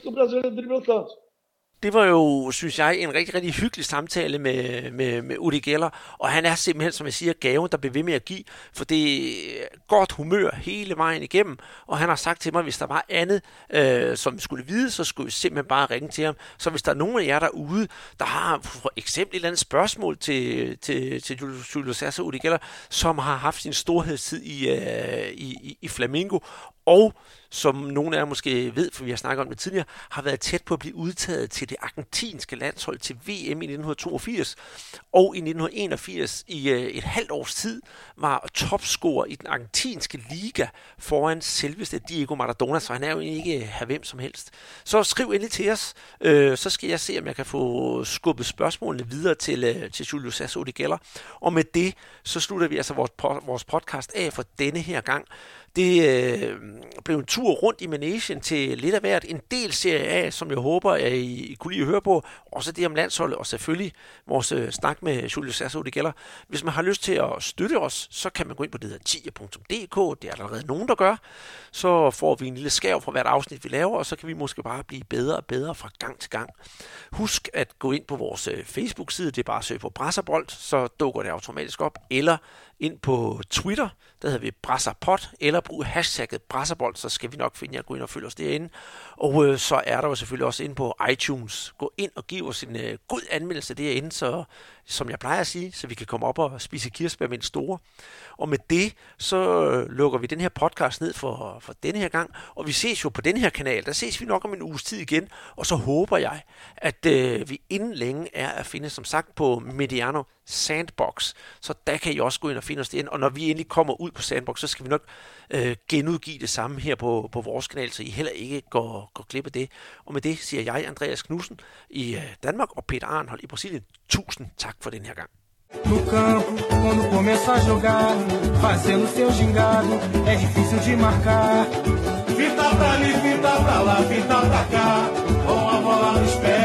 Det var jo, synes jeg, en rigtig, rigtig hyggelig samtale med, med, med Uri Geller, og han er simpelthen, som jeg siger, gaven, der bliver ved med at give, for det er godt humør hele vejen igennem, og han har sagt til mig, hvis der var andet, øh, som vi skulle vide, så skulle vi simpelthen bare ringe til ham. Så hvis der er nogen af jer derude, der har for eksempel et eller andet spørgsmål til, til, til Julio César Uri Geller, som har haft sin storhedstid i, øh, i, i Flamengo, og som nogle af jer måske ved, for vi har snakket om det tidligere, har været tæt på at blive udtaget til det argentinske landshold til V M i nitten toogfirs, og i nitten enogfirs i øh, et halvt års tid var topscorer i den argentinske liga foran selveste Diego Maradona, så han er jo ikke her hvem som helst. Så skriv endelig til os, øh, så skal jeg se, om jeg kan få skubbet spørgsmålene videre til, øh, til Julio César Uri Geller. Og med det, så slutter vi altså vores, vores podcast af for denne her gang. Det øh, blev en tur rundt i Managen til lidt af hvert. En del serie af, som jeg håber, at I, I kunne lide at høre på. Også det om landsholdet, og selvfølgelig vores øh, snak med Julio César Uri Geller. Hvis man har lyst til at støtte os, så kan man gå ind på det der tier punktum d k. Det er der allerede nogen, der gør. Så får vi en lille skærv fra hvert afsnit, vi laver, og så kan vi måske bare blive bedre og bedre fra gang til gang. Husk at gå ind på vores øh, Facebook-side. Det er bare at søge på Brasserbold, så dukker det automatisk op. Eller ind på Twitter, der hedder vi Brasserpod, eller brug hashtagget Brasserbold, så skal vi nok finde jer, gå ind og følge os derinde. Og øh, så er der jo selvfølgelig også inde på iTunes. Gå ind og giv os en øh, god anmeldelse derinde, så, som jeg plejer at sige, så vi kan komme op og spise kirsebær med en store. Og med det, så øh, lukker vi den her podcast ned for, for denne her gang, og vi ses jo på den her kanal. Der ses vi nok om en uges tid igen, og så håber jeg, at øh, vi inden længe er at finde, som sagt, på Mediano Sandbox. Så der kan I også gå ind og finde os derinde, og når vi endelig kommer ud på Sandbox, så skal vi nok øh, genudgive det samme her på, på vores kanal, så I heller ikke går, går glip af det. Og med det siger jeg, Andreas Knudsen i øh, Danmark, og Peter Arnhold i Brasilien. Tusind tak for den her gang. No campo, quando começa a jogar, fazendo seu gingado, é difícil de marcar. Fita pra ali, fita pra lá, fita pra cá, com a bola nos pés.